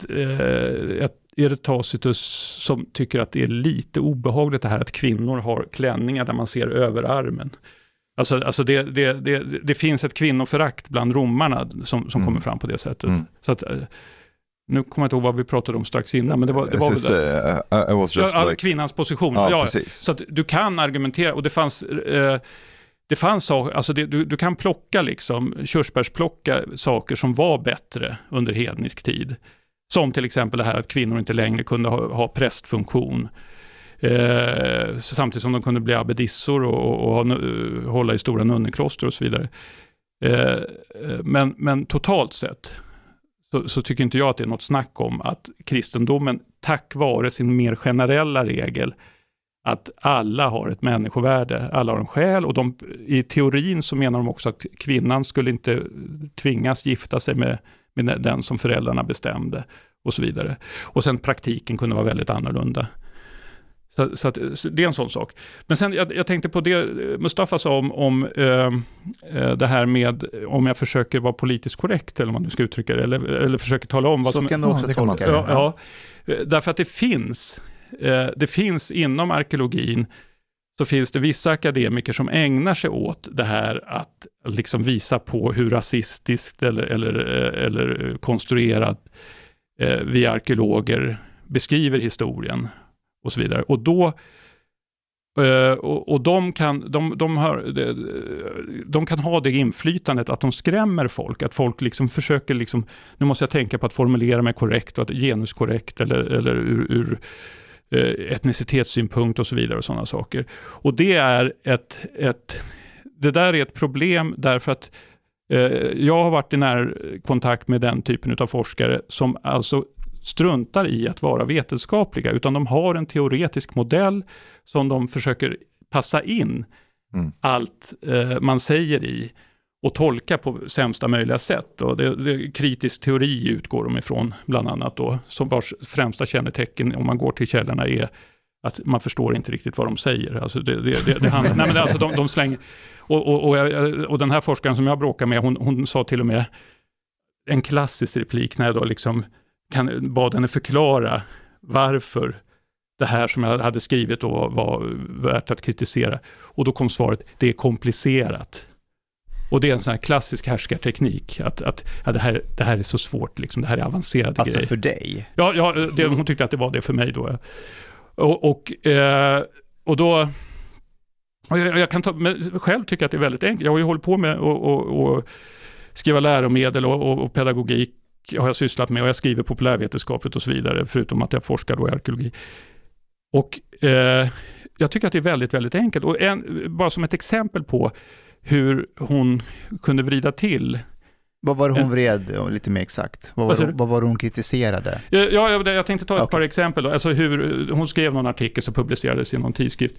är det Tacitus som tycker att det är lite obehagligt det här att kvinnor har klänningar där man ser överarmen. Alltså det finns ett kvinnoförakt bland romarna som kommer fram på det sättet. Så att, nu kommer jag inte ihåg vad vi pratade om strax innan, men det var väl kvinnans position. Så att du kan argumentera, och det fanns alltså du kan plocka liksom, körsbärsplocka saker som var bättre under hednisk tid. Som till exempel det här att kvinnor inte längre kunde ha prästfunktion. Samtidigt som de kunde bli abbedissor och hålla i stora nunnekloster och så vidare. Men totalt sett så tycker inte jag att det är något snack om att kristendomen, tack vare sin mer generella regel att alla har ett människovärde, alla har en själ, och i teorin så menar de också att kvinnan skulle inte tvingas gifta sig med den som föräldrarna bestämde och så vidare. Och sen praktiken kunde vara väldigt annorlunda. Så det är en sån sak. Men sen jag tänkte på det Mustafa sa om det här med om jag försöker vara politiskt korrekt, eller om man nu ska uttrycka det, eller försöker tala om vad så som... Så kan du också tolka det. Ja, därför att det finns inom arkeologin, så finns det vissa akademiker som ägnar sig åt det här att liksom visa på hur rasistiskt eller konstruerat vi arkeologer beskriver historien och så vidare. Och då och de kan ha det inflytandet att de skrämmer folk, att folk liksom försöker liksom, nu måste jag tänka på att formulera mig korrekt och att genuskorrekt eller ur etnicitetssynpunkt och så vidare och sådana saker. Och det är det där är ett problem, därför att jag har varit i kontakt med den typen av forskare som alltså struntar i att vara vetenskapliga, utan de har en teoretisk modell som de försöker passa in allt man säger i. och tolka på sämsta möjliga sätt. Och det kritisk teori utgår de ifrån bland annat då, som vars främsta kännetecken om man går till källorna är att man förstår inte riktigt vad de säger. Alltså det handlar, nej men alltså de slänger och den här forskaren som jag bråkar med, hon sa till och med en klassisk replik när jag då liksom bad henne förklara varför det här som jag hade skrivit då var värt att kritisera. Och då kom svaret, det är komplicerat. Och det är en sån här klassisk härskarteknik att det här är så svårt liksom, det här är avancerade grejer. Alltså för dig? Ja, hon tyckte att det var det för mig då. Och då jag kan själv tycka att det är väldigt enkelt. Jag har ju hållit på med att skriva läromedel och pedagogik har jag sysslat med, och jag skriver populärvetenskapligt och så vidare, förutom att jag forskar då i arkeologi. Och jag tycker att det är väldigt, väldigt enkelt. Och bara som ett exempel på hur hon kunde vrida till. Vad var det hon vred lite mer exakt? Vad var det hon kritiserade? Jag tänkte ta ett par exempel då. Alltså hur hon skrev någon artikel som publicerades i någon tidskrift.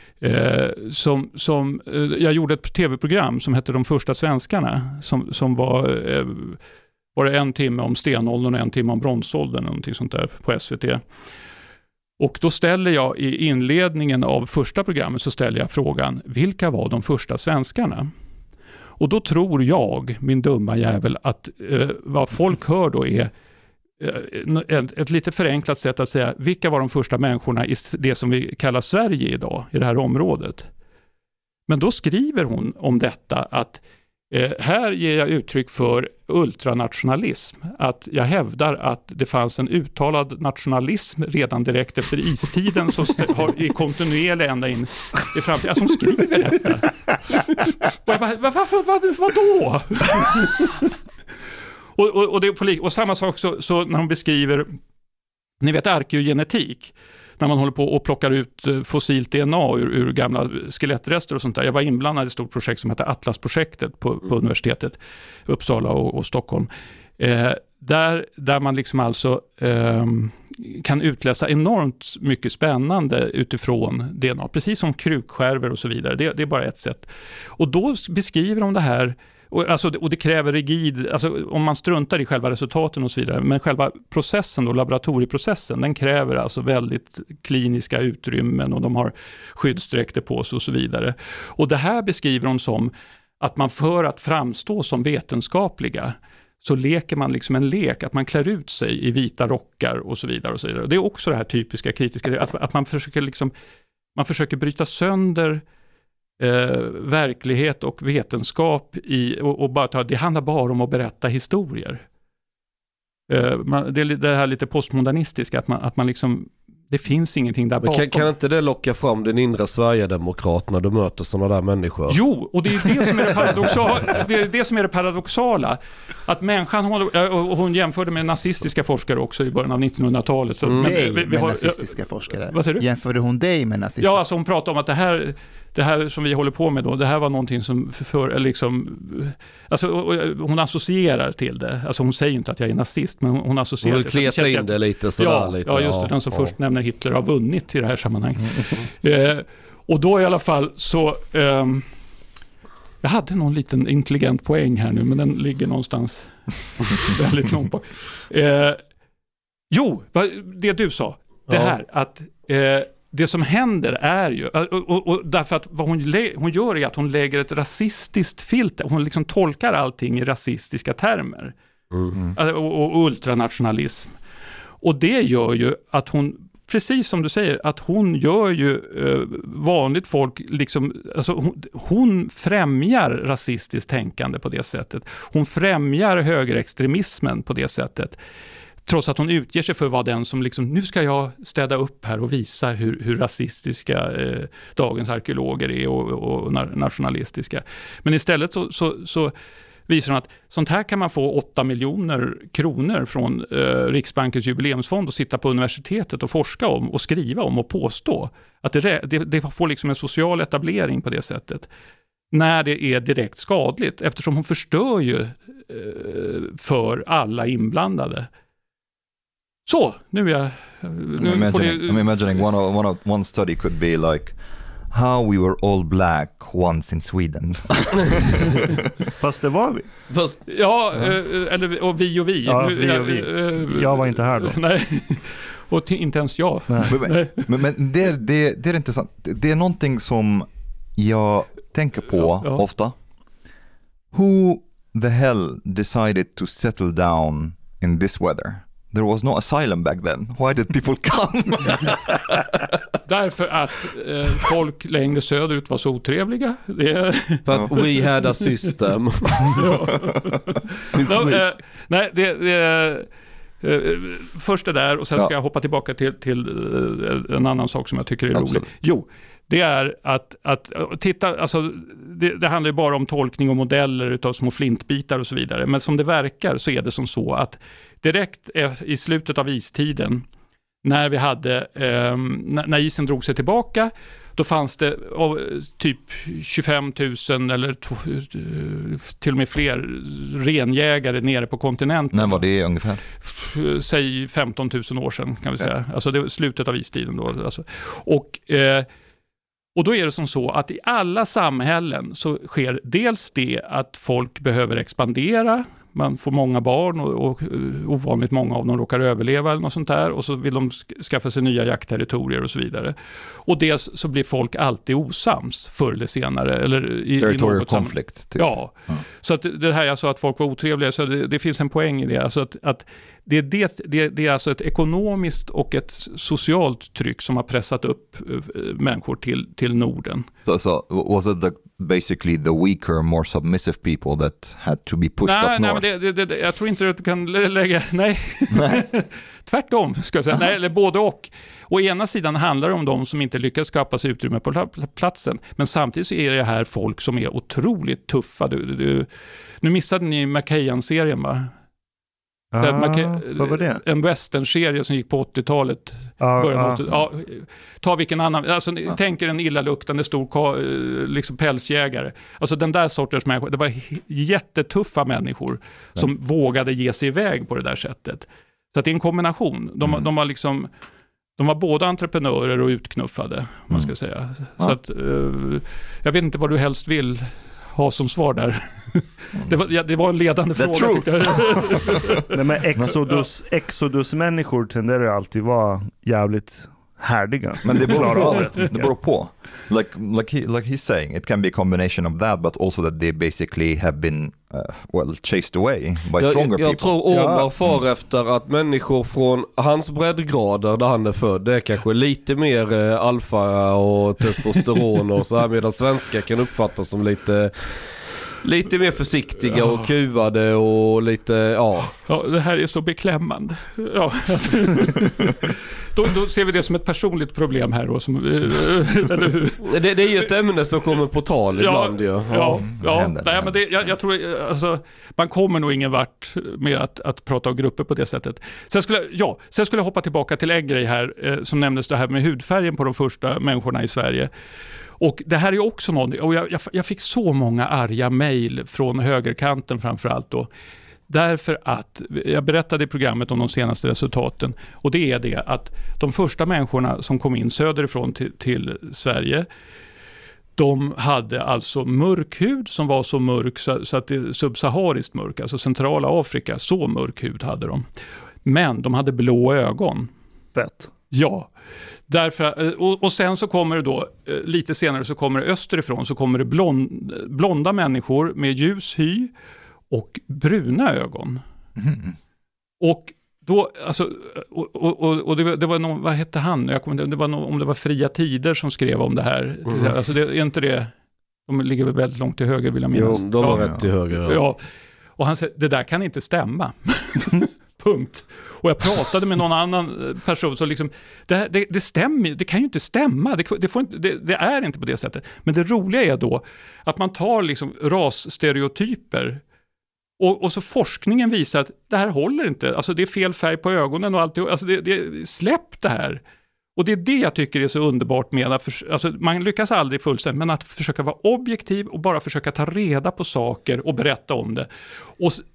Jag gjorde ett tv-program som hette De första svenskarna, som var det 1 timme om stenåldern och 1 timme om bronsåldern, någonting sånt där på SVT. Och då ställer jag i inledningen av första programmet så ställer jag frågan, vilka var de första svenskarna? Och då tror jag, min dumma jävel, att vad folk hör då är ett lite förenklat sätt att säga, vilka var de första människorna i det som vi kallar Sverige idag, i det här området? Men då skriver hon om detta att här ger jag uttryck för ultranationalism. Att jag hävdar att det fanns en uttalad nationalism redan direkt efter istiden som är kontinuerlig ända in i framtiden. Alltså hon skriver detta. Och jag bara, vadå? Och samma sak så när hon beskriver, ni vet arkeogenetik, när man håller på och plockar ut fossilt DNA ur gamla skelettrester och sånt där. Jag var inblandad i ett stort projekt som heter Atlas-projektet på universitetet Uppsala och Stockholm. Där man liksom alltså kan utläsa enormt mycket spännande utifrån DNA. Precis som krukskärvor och så vidare. Det är bara ett sätt. Och då beskriver de det här. Och det kräver rigid, alltså om man struntar i själva resultaten och så vidare, men själva processen då, laboratorieprocessen, den kräver alltså väldigt kliniska utrymmen och de har skyddsdräkter på sig och så vidare. Och det här beskriver de som att man för att framstå som vetenskapliga så leker man liksom en lek, att man klär ut sig i vita rockar och så vidare och så vidare. Och det är också det här typiska kritiska, att man försöker bryta sönder verklighet och vetenskap och bara det handlar bara om att berätta historier. Det är det här lite postmodernistiska att man liksom, det finns ingenting där bakom. Kan inte det locka fram den inre Sverigedemokrat när du möter sådana där människor? Jo, och det är det som är det paradoxala. Det är det som är det paradoxala. Att människan och hon jämförde med nazistiska forskare också i början av 1900-talet. Så, nazistiska forskare. Vad säger du? Jämförde hon dig med nazistiska? Ja, alltså hon pratade om att det här som vi håller på med då, det här var någonting som hon associerar till det. Alltså hon säger inte att jag är nazist, men hon associerar till det. Hon vill kleta in det lite sådär. Ja, just det. Den som först nämner Hitler har vunnit i det här sammanhanget. Och då i alla fall så jag hade någon liten intelligent poäng här nu, men den ligger någonstans väldigt långt bak. Det du sa, det här att det som händer är ju, och därför att vad hon gör är att hon lägger ett rasistiskt filter. Hon liksom tolkar allting i rasistiska termer. Och ultranationalism. Och det gör ju att hon, precis som du säger, att hon gör ju vanligt folk liksom, alltså hon främjar rasistiskt tänkande på det sättet. Hon främjar högerextremismen på det sättet. Trots att hon utger sig för att vara den som liksom, nu ska jag städa upp här och visa hur rasistiska dagens arkeologer är och nationalistiska. Men istället så visar hon att sånt här kan man få 8 miljoner kronor från Riksbankens jubileumsfond och sitta på universitetet och forska om och skriva om och påstå. Att det får liksom en social etablering på det sättet. När det är direkt skadligt, eftersom hon förstör ju för alla inblandade. Så, nu är jag... I'm imagining one study could be like how we were all black once in Sweden. Fast det var vi. Ja, eller och vi. Ja, vi och vi. Jag var inte här då. Nej, och inte ens jag. Men det är intressant. Det är någonting som jag tänker på ofta. Who the hell decided to settle down in this weather? There was no asylum back then. Why did people come? Därför att folk längre söderut var så otrevliga. För att we had a system. Först det där och sen ska jag hoppa tillbaka till en annan sak som jag tycker är rolig. Jo, det är att titta, alltså det handlar ju bara om tolkning och modeller utav små flintbitar och så vidare. Men som det verkar så är det som så att direkt i slutet av istiden, när vi hade när isen drog sig tillbaka, då fanns det typ 25 000 eller till och med fler renjägare nere på kontinenten. När var det ungefär? Säg 15 000 år sedan kan vi säga. Alltså det var slutet av istiden då. Alltså. Och då är det som så att i alla samhällen så sker dels det att folk behöver expandera. Man får många barn och ovanligt många av dem råkar överleva eller något sånt där. Och så vill de skaffa sig nya jaktterritorier och så vidare. Och dels så blir folk alltid osams förr eller senare. Eller territorial conflict. Typ. Ja, så att det här jag sa att folk var otrevliga, så det finns en poäng i det. Alltså att det är alltså ett ekonomiskt och ett socialt tryck som har pressat upp människor till Norden. So was it basically the weaker, more submissive people that had to be pushed up north? Nej, jag tror inte att du kan lägga... Nej. Tvärtom, ska jag säga. Nej, eller både och. Å ena sidan handlar det om de som inte lyckas skapa sig utrymme på platsen. Men samtidigt så är det här folk som är otroligt tuffa. Nu missade ni Macahan-serien, va? Vad var det? En western-serie som gick på 80-talet. Ta vilken annan... Alltså, tänk er en illaluktande stor liksom pälsjägare. Alltså den där sortens människor. Det var jättetuffa människor som vågade ge sig iväg på det där sättet. Så att det är en kombination. De var både entreprenörer och utknuffade, man ska säga. Så att, jag vet inte vad du helst vill ha som svar där. Det var en ledande fråga, tyckte jag. Nej, men Exodus-människor tenderar ju alltid vara jävligt härdiga. Men det beror på. Like he's saying, it can be a combination of that, but also that they basically have been chased away by stronger people. Jag tror Omar far efter att människor från hans breddgrader där han är född, det är kanske lite mer alfa och testosteron och så här, medan svenskar kan uppfattas som lite mer försiktiga och kuvade och lite, ja, det här är så beklämmande. Ja. Då ser vi det som ett personligt problem här då, eller hur? Det är ju ett ämne som kommer på tal ibland. Jag tror alltså, man kommer nog ingen vart med att prata om grupper på det sättet. Sen skulle jag hoppa tillbaka till en grej här som nämndes, det här med hudfärgen på de första människorna i Sverige. Och det här är också någonting, och jag fick så många arga mejl från högerkanten framförallt då. Därför att jag berättade i programmet om de senaste resultaten, och det är det att de första människorna som kom in söderifrån till Sverige, de hade alltså mörk hud som var så mörk så att det är subsahariskt mörk, alltså centrala Afrika, så mörk hud hade de. Men de hade blå ögon. Fett. Ja. Därför, och sen så kommer det då, lite senare så kommer det österifrån, så kommer det blonda människor med ljus hy och bruna ögon. Och då, alltså, och det var någon, vad hette han? Det var någon, om det var Fria Tider som skrev om det här. Alltså det är inte det, de ligger väl väldigt långt till höger, vill jag minnas. Jo, de var rätt till höger. Ja. Och han säger, det där kan inte stämma. Punkt. Och jag pratade med någon annan person som liksom, det stämmer, det kan ju inte stämma, det är inte på det sättet. Men det roliga är då att man tar liksom rasstereotyper och så forskningen visar att det här håller inte, alltså det är fel färg på ögonen och allt, alltså släpp det här. Och det är det jag tycker är så underbart med alltså man lyckas aldrig fullständigt, men att försöka vara objektiv och bara försöka ta reda på saker och berätta om det. Och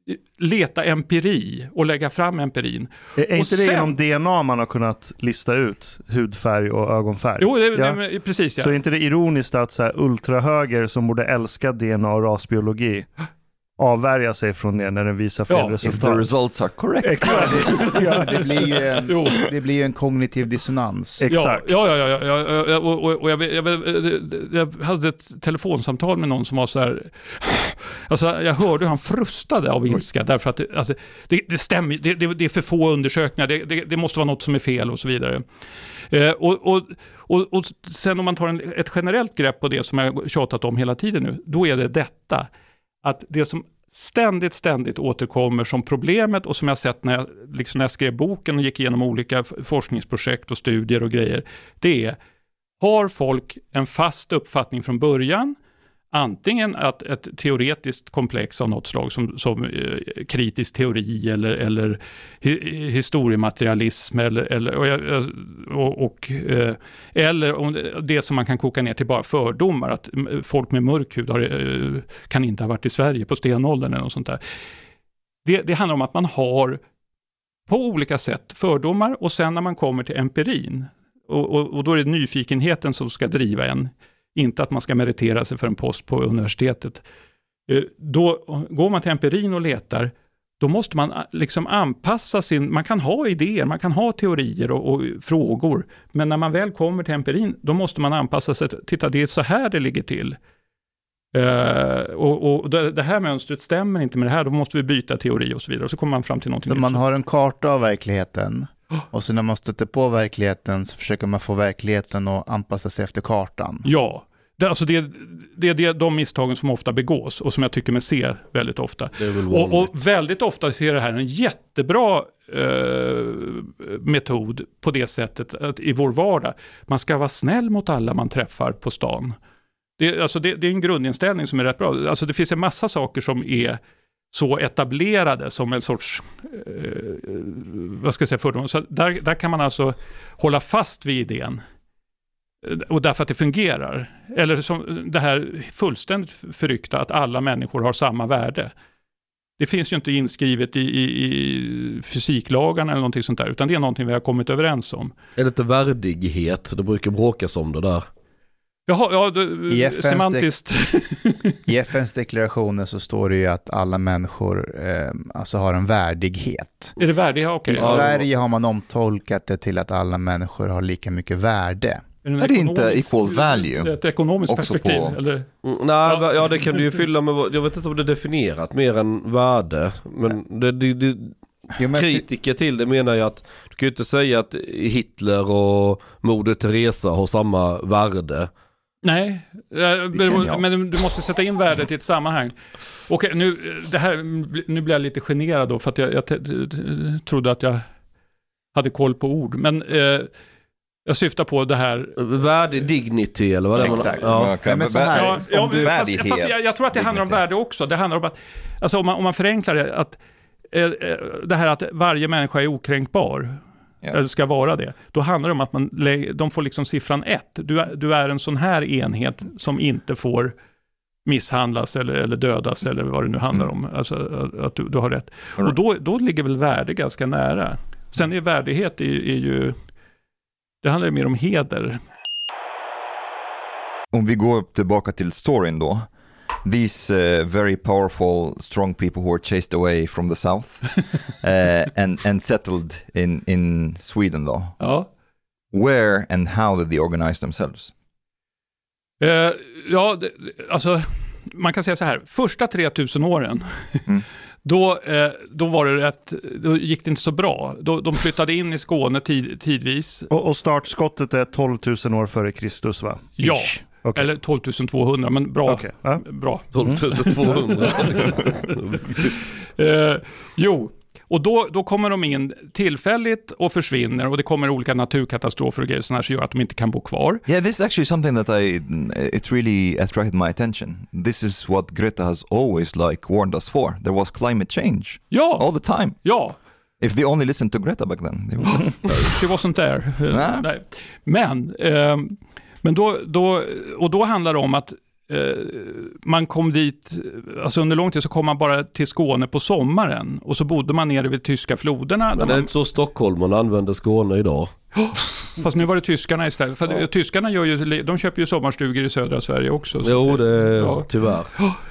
leta empiri och lägga fram empirin. Är inte det genom DNA man har kunnat lista ut hudfärg och ögonfärg? Jo, precis. Ja. Så är inte det ironiskt att så här ultrahöger som borde älska DNA och rasbiologi avvärja sig från det när den visar fel resultat? If the results are correct. Exakt. Ja. Det blir ju en kognitiv dissonans. Exakt. Ja. Och jag hade ett telefonsamtal med någon som var så här... Alltså, jag hörde hur han frustade av ilska därför att det stämmer, det är för få undersökningar, det måste vara något som är fel och så vidare. Och sen om man tar ett generellt grepp på det som jag tjatat om hela tiden nu, då är det detta. Att det som ständigt återkommer som problemet och som jag sett när jag skrev boken och gick igenom olika forskningsprojekt och studier och grejer, det är: har folk en fast uppfattning från början, antingen att ett teoretiskt komplex av något slag som kritisk teori eller historiematerialism eller om det som man kan koka ner till bara fördomar, att folk med mörk hud kan inte ha varit i Sverige på stenåldern eller något sånt där. Det handlar om att man har på olika sätt fördomar, och sen när man kommer till empirin och då är det nyfikenheten som ska driva en. Inte att man ska meritera sig för en post på universitetet. Då går man till empirin och letar. Då måste man liksom anpassa man kan ha idéer, man kan ha teorier och frågor. Men när man väl kommer till empirin, då måste man anpassa sig. Titta, det är så här det ligger till. Och det här mönstret stämmer inte med det här. Då måste vi byta teori och så vidare. Och så kommer man fram till någonting. Så man har en karta av verkligheten. Och så när man stöter på verkligheten så försöker man få verkligheten att anpassa sig efter kartan. Ja, det är de misstagen som ofta begås och som jag tycker mig ser väldigt ofta. Och väldigt ofta ser det här en jättebra metod på det sättet att i vår vardag, man ska vara snäll mot alla man träffar på stan. Det är en grundinställning som är rätt bra. Alltså det finns en massa saker som är så etablerade som en sorts fördom. Så där kan man alltså hålla fast vid idén. Och därför att det fungerar. Eller som det här fullständigt förryckta att alla människor har samma värde. Det finns ju inte inskrivet i fysiklagarna eller någonting sånt där, utan det är någonting vi har kommit överens om. Är det inte värdighet? Det brukar bråkas om det där. Jaha, semantiskt. I FNs deklarationer så står det ju att alla människor alltså har en värdighet. Är det värdighet? Okay. I Sverige har man omtolkat det till att alla människor har lika mycket värde. Är det inte equal value? Ett ekonomiskt perspektiv? Eller? Nej, det kan du ju fylla med, jag vet inte om det är definierat mer än värde. Men kritiker till det menar ju att du kan ju inte säga att Hitler och Moder Teresa har samma värde. Nej, men du måste sätta in värdet i ett sammanhang. Okej, nu blir jag lite generad då, för att jag trodde att jag hade koll på ord. Men jag syftar på det här... Värde, dignity eller vad det är. Exakt. Jag tror att det handlar om värde också. Det handlar om att, alltså om man förenklar det, att det här att varje människa är okränkbar, eller ska vara det, då handlar det om att de får liksom siffran 1. Du är en sån här enhet som inte får misshandlas eller dödas eller vad det nu handlar om. Alltså att du har rätt. Och då ligger väl värde ganska nära. Sen är värdighet är ju, det handlar ju mer om heder. Om vi går tillbaka till storyn då. These very powerful, strong people who were chased away from the south and settled in Sweden though. Ja. Where and how did they organize themselves? Alltså man kan säga så här, första 3000 åren då var det då gick det inte så bra. De flyttade in i Skåne tidvis. Och startskottet är 12 000 år före Kristus, va? Ja. Ish. Okay. Eller 12 200, men bra. Okay. Bra. 12 200. Och då kommer de in tillfälligt och försvinner, och det kommer olika naturkatastrofer och grejer som gör att de inte kan bo kvar. Yeah, this is actually something that it really attracted my attention. This is what Greta has always warned us for. There was climate change. Ja. All the time. Ja. If they only listened to Greta back then. She wasn't there. Nej. Men då handlar det om att man kom dit, alltså under lång tid så kom man bara till Skåne på sommaren och så bodde man nere vid tyska floderna. Men det är inte så Stockholm man använder Skåne idag. Fast nu var det tyskarna istället. För tyskarna de köper ju sommarstugor i södra Sverige också. Jo, tyvärr.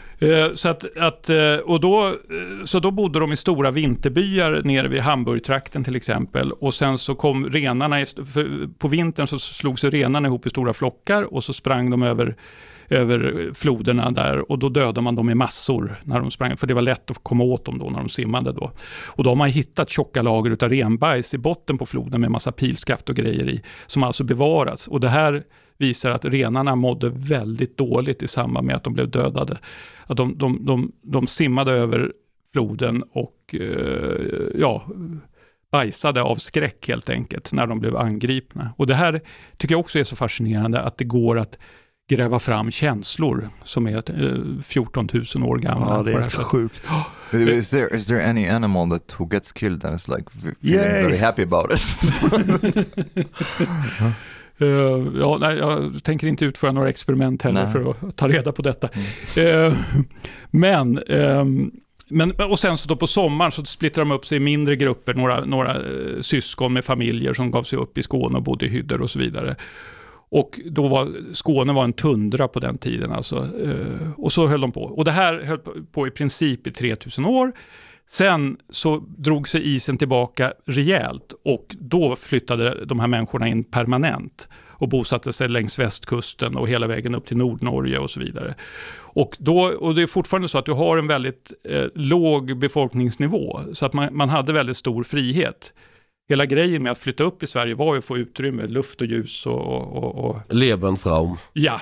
Så då bodde de i stora vinterbyar nere vid Hamburgtrakten till exempel, och sen så kom renarna, på vintern så slog sig renarna ihop i stora flockar och så sprang de över floderna där, och då dödade man dem i massor när de sprang, för det var lätt att komma åt dem då när de simmade då. Och då har man hittat tjocka lager utav renbajs i botten på floden med massa pilskaft och grejer i, som alltså bevarats. Och det här visar att renarna mådde väldigt dåligt i samband med att de blev dödade. Att de simmade över floden och bajsade av skräck helt enkelt när de blev angripna. Och det här tycker jag också är så fascinerande, att det går att gräva fram känslor som är 14 000 år gamla. Ja, det är sjukt. Is there any animal who gets killed and is like feeling very happy about it? Jag tänker inte utföra några experiment heller för att ta reda på detta. Men och sen så då på sommaren så splittrar de upp sig i mindre grupper, några syskon med familjer som gav sig upp i Skåne och bodde i hyddor och så vidare. Och då Skåne var en tundra på den tiden alltså. Och så höll de på. Och det här höll på i princip i 3000 år. Sen så drog sig isen tillbaka rejält, och då flyttade de här människorna in permanent och bosatte sig längs västkusten och hela vägen upp till Nordnorge och så vidare. Och det är fortfarande så att du har en väldigt låg befolkningsnivå, så att man hade väldigt stor frihet. Hela grejen med att flytta upp i Sverige var ju att få utrymme, luft och ljus och Lebensraum. Ja.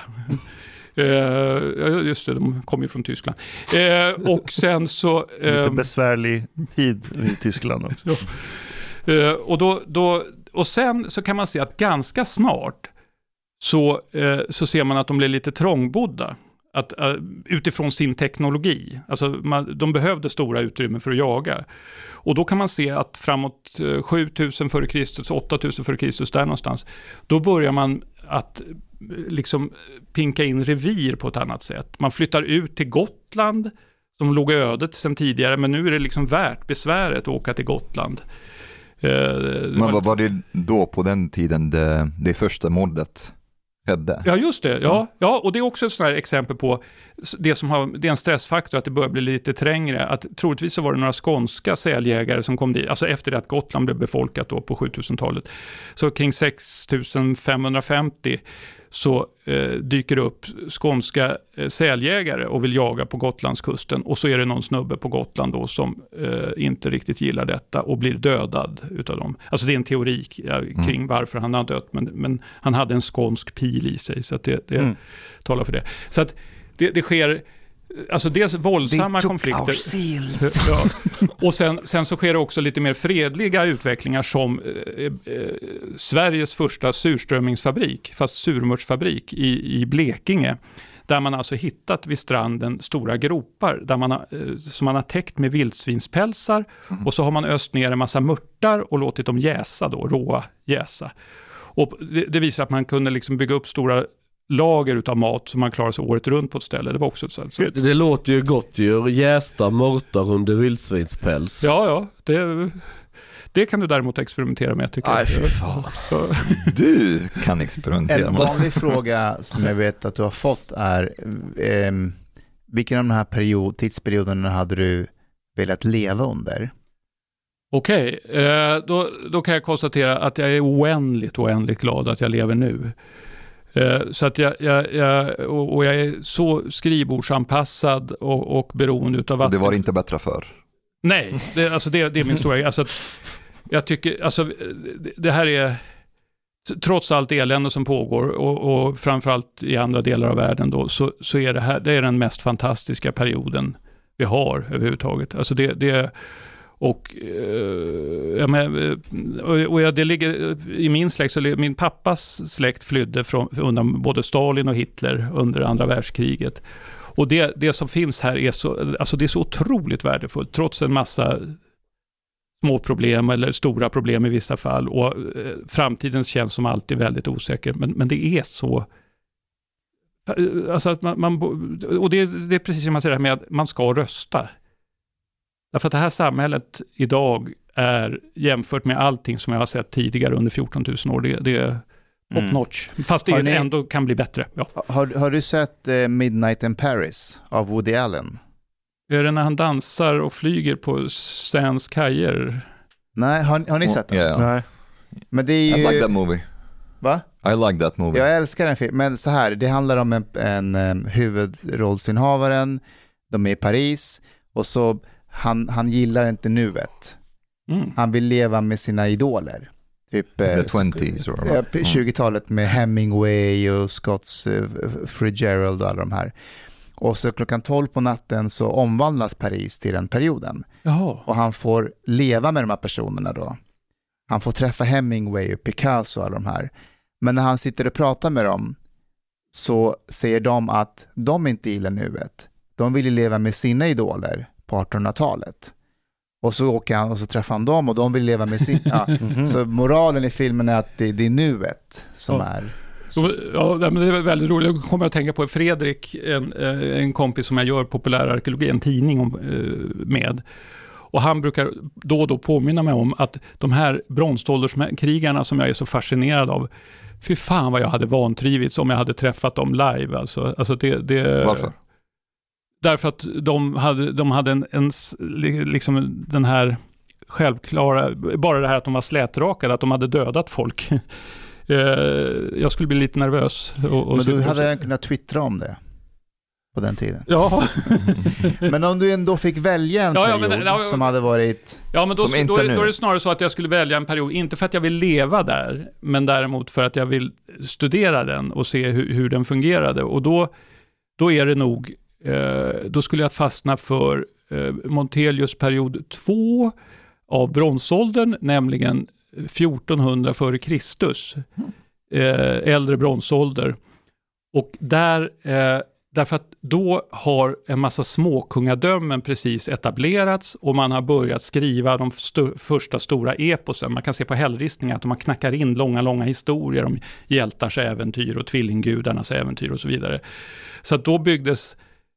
Just det, de kom ju från Tyskland. Och sen så lite besvärlig tid i Tyskland också. Och sen så kan man se att ganska snart så ser man att de blir lite trångbodda. Utifrån sin teknologi. Alltså de behövde stora utrymmen för att jaga. Och då kan man se att framåt 7000 före Kristus, 8000 före Kristus där någonstans, då börjar man att liksom pinka in revir på ett annat sätt. Man flyttar ut till Gotland som låg ödet sedan tidigare, men nu är det liksom värt besväret att åka till Gotland. Men vad var det då på den tiden det första mordet skedde? Ja, just det. Ja, och det är också ett sådant här exempel på det är en stressfaktor, att det börjar bli lite trängre. Att troligtvis så var det några skånska säljägare som kom dit, alltså efter det att Gotland blev befolkat då på 7000-talet. Så kring 6550 så dyker det upp skånska säljägare och vill jaga på Gotlandskusten, och så är det någon snubbe på Gotland då som inte riktigt gillar detta och blir dödad utav dem. Alltså det är en teori kring varför han har dött, men han hade en skånsk pil i sig, så att det talar för det. Så att det sker, alltså dels våldsamma konflikter. Ja. Och sen så sker det också lite mer fredliga utvecklingar, som Sveriges första surströmmingsfabrik, fast surmörtsfabrik i Blekinge, där man alltså hittat vid stranden stora gropar där som man har täckt med vildsvinspälsar, och så har man öst ner en massa mörtar och låtit dem jäsa då, råa jäsa. Och det visar att man kunde liksom bygga upp stora lager utav mat som man klarar sig året runt på ett ställe. Det var också så. Det låter ju gott ju, jästa mörtar under vildsvinspäls. Ja, det kan du däremot experimentera med, tycker jag. Nej, fy fan. Du kan experimentera En med. vanlig fråga som jag vet att du har fått är vilken av de här tidsperioderna hade du velat leva under? Okej, då kan jag konstatera att jag är oändligt glad att jag lever nu. Så att jag är så skrivbordsanpassad och beroende utav att... Det var inte bättre för. Nej, det är min stora... Alltså, jag tycker... Alltså, det här är... Trots allt elände som pågår och framförallt i andra delar av världen då, så är det är den mest fantastiska perioden vi har överhuvudtaget. Alltså det det ligger i min släkt, så min pappas släkt flydde undan både Stalin och Hitler under andra världskriget. Och det som finns här är det är så otroligt värdefullt, trots en massa små problem eller stora problem i vissa fall, och framtiden känns som alltid väldigt osäker, men det är så Alltså att och det är precis som man säger med att man ska rösta. Därför att det här samhället idag är jämfört med allting som jag har sett tidigare under 14 000 år. Det är top notch. Fast det ändå kan bli bättre. Ja. Har du sett Midnight in Paris av Woody Allen? Är det när han dansar och flyger på Sands kajer? Nej, har ni sett den? Yeah. Nej. Men det är ju... I like that movie. Va? I like that movie. Jag älskar den filmen. Men så här, det handlar om en huvudrollsinnehavaren. De är i Paris. Och så han gillar inte nuet. Han vill leva med sina idoler. Typ The 20s. 20-talet med Hemingway och Scotts Fitzgerald och alla de här. Och så klockan 12 på natten så omvandlas Paris till den perioden. Jaha. Och han får leva med de här personerna då. Han får träffa Hemingway och Picasso och alla de här. Men när han sitter och pratar med dem så säger de att de inte gillar nuet. De vill leva med sina idoler på 1800-talet. Och så åker han och så träffar han dem och de vill leva med sin... Ja. Så moralen i filmen är att det är nuet som är... Ja, men det är väldigt roligt. Jag kommer att tänka på Fredrik, en kompis som jag gör populärarkeologi, en tidning med. Och han brukar då och då påminna mig om att de här bronsålderskrigarna som jag är så fascinerad av, fy fan vad jag hade vantrivits om jag hade träffat dem live. Alltså det, Varför? Därför att de hade liksom den här självklara, bara det här att de var slätrakade, att de hade dödat folk. Jag skulle bli lite nervös. Men du hade kunnat twittra om det på den tiden. Ja. Men om du ändå fick välja en period som hade varit... Ja, men då är det snarare så att jag skulle välja en period, inte för att jag vill leva där, men däremot för att jag vill studera den och se hur den fungerade. Och då är det nog, då skulle jag fastna för Montelius period 2 av bronsåldern, nämligen 1400 före Kristus, äldre bronsålder. Och därför att då har en massa småkungadömen precis etablerats och man har börjat skriva de första stora eposen. Man kan se på hällristningar att de har knackar in långa historier om hjältars äventyr och tvillinggudarnas äventyr och så vidare. Så att då byggdes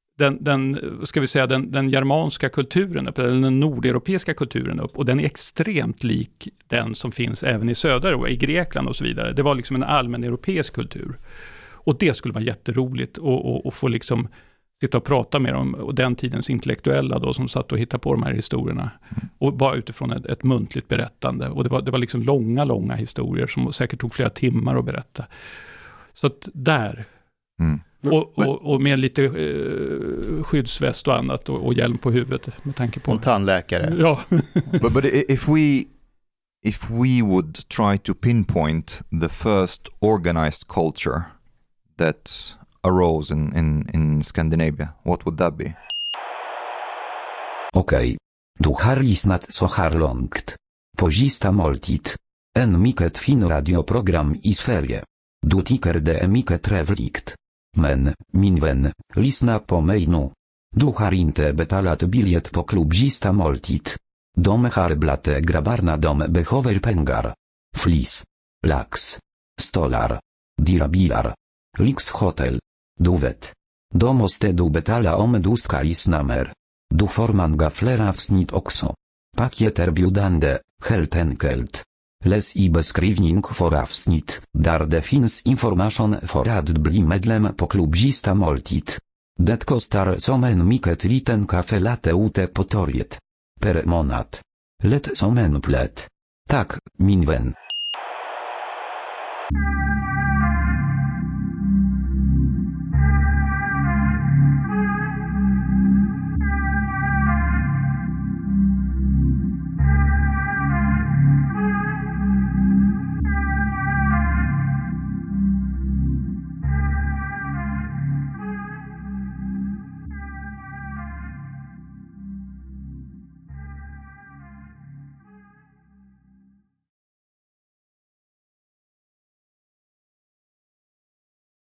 den germanska kulturen upp, eller den nordeuropeiska kulturen upp, och den är extremt lik den som finns även i söder och i Grekland och så vidare. Det var liksom en allmän europeisk kultur. Och det skulle vara jätteroligt att få liksom sitta och prata med dem, och den tidens intellektuella då som satt och hittade på de här historierna. Och bara utifrån ett muntligt berättande. Och det var liksom långa historier som säkert tog flera timmar att berätta. Så att där... Och med lite skyddsväst och annat och hjälm på huvudet med tanke på... En tandläkare. Ja. but if we would try to pinpoint the first organized culture that arose in Scandinavia, what would that be? Okej. Du har lyssnat så här långt. På sista måltid. En mycket fin radioprogram i Sverige. Du tycker det är mycket trevligt. Men, min vän, lyssna på mig nu. Du har inte betalat biljett på klubb sista måltid. De har blate grabbarna behöver pengar. Flis. Lax. Stolar. Dyra bilar. Lyxhotel. Du vet. Då måste du betala om du ska lyssna mer. Du får många fler avsnitt också. Paket erbjudande, helt enkelt. Läs i beskrivning för avsnitt, där det finns information för att bli medlem på klubb sista måltid. Det kostar som en mycket liten kaffe latte ute på torget. Per månad. Lätt som en plätt. Tack, min vän.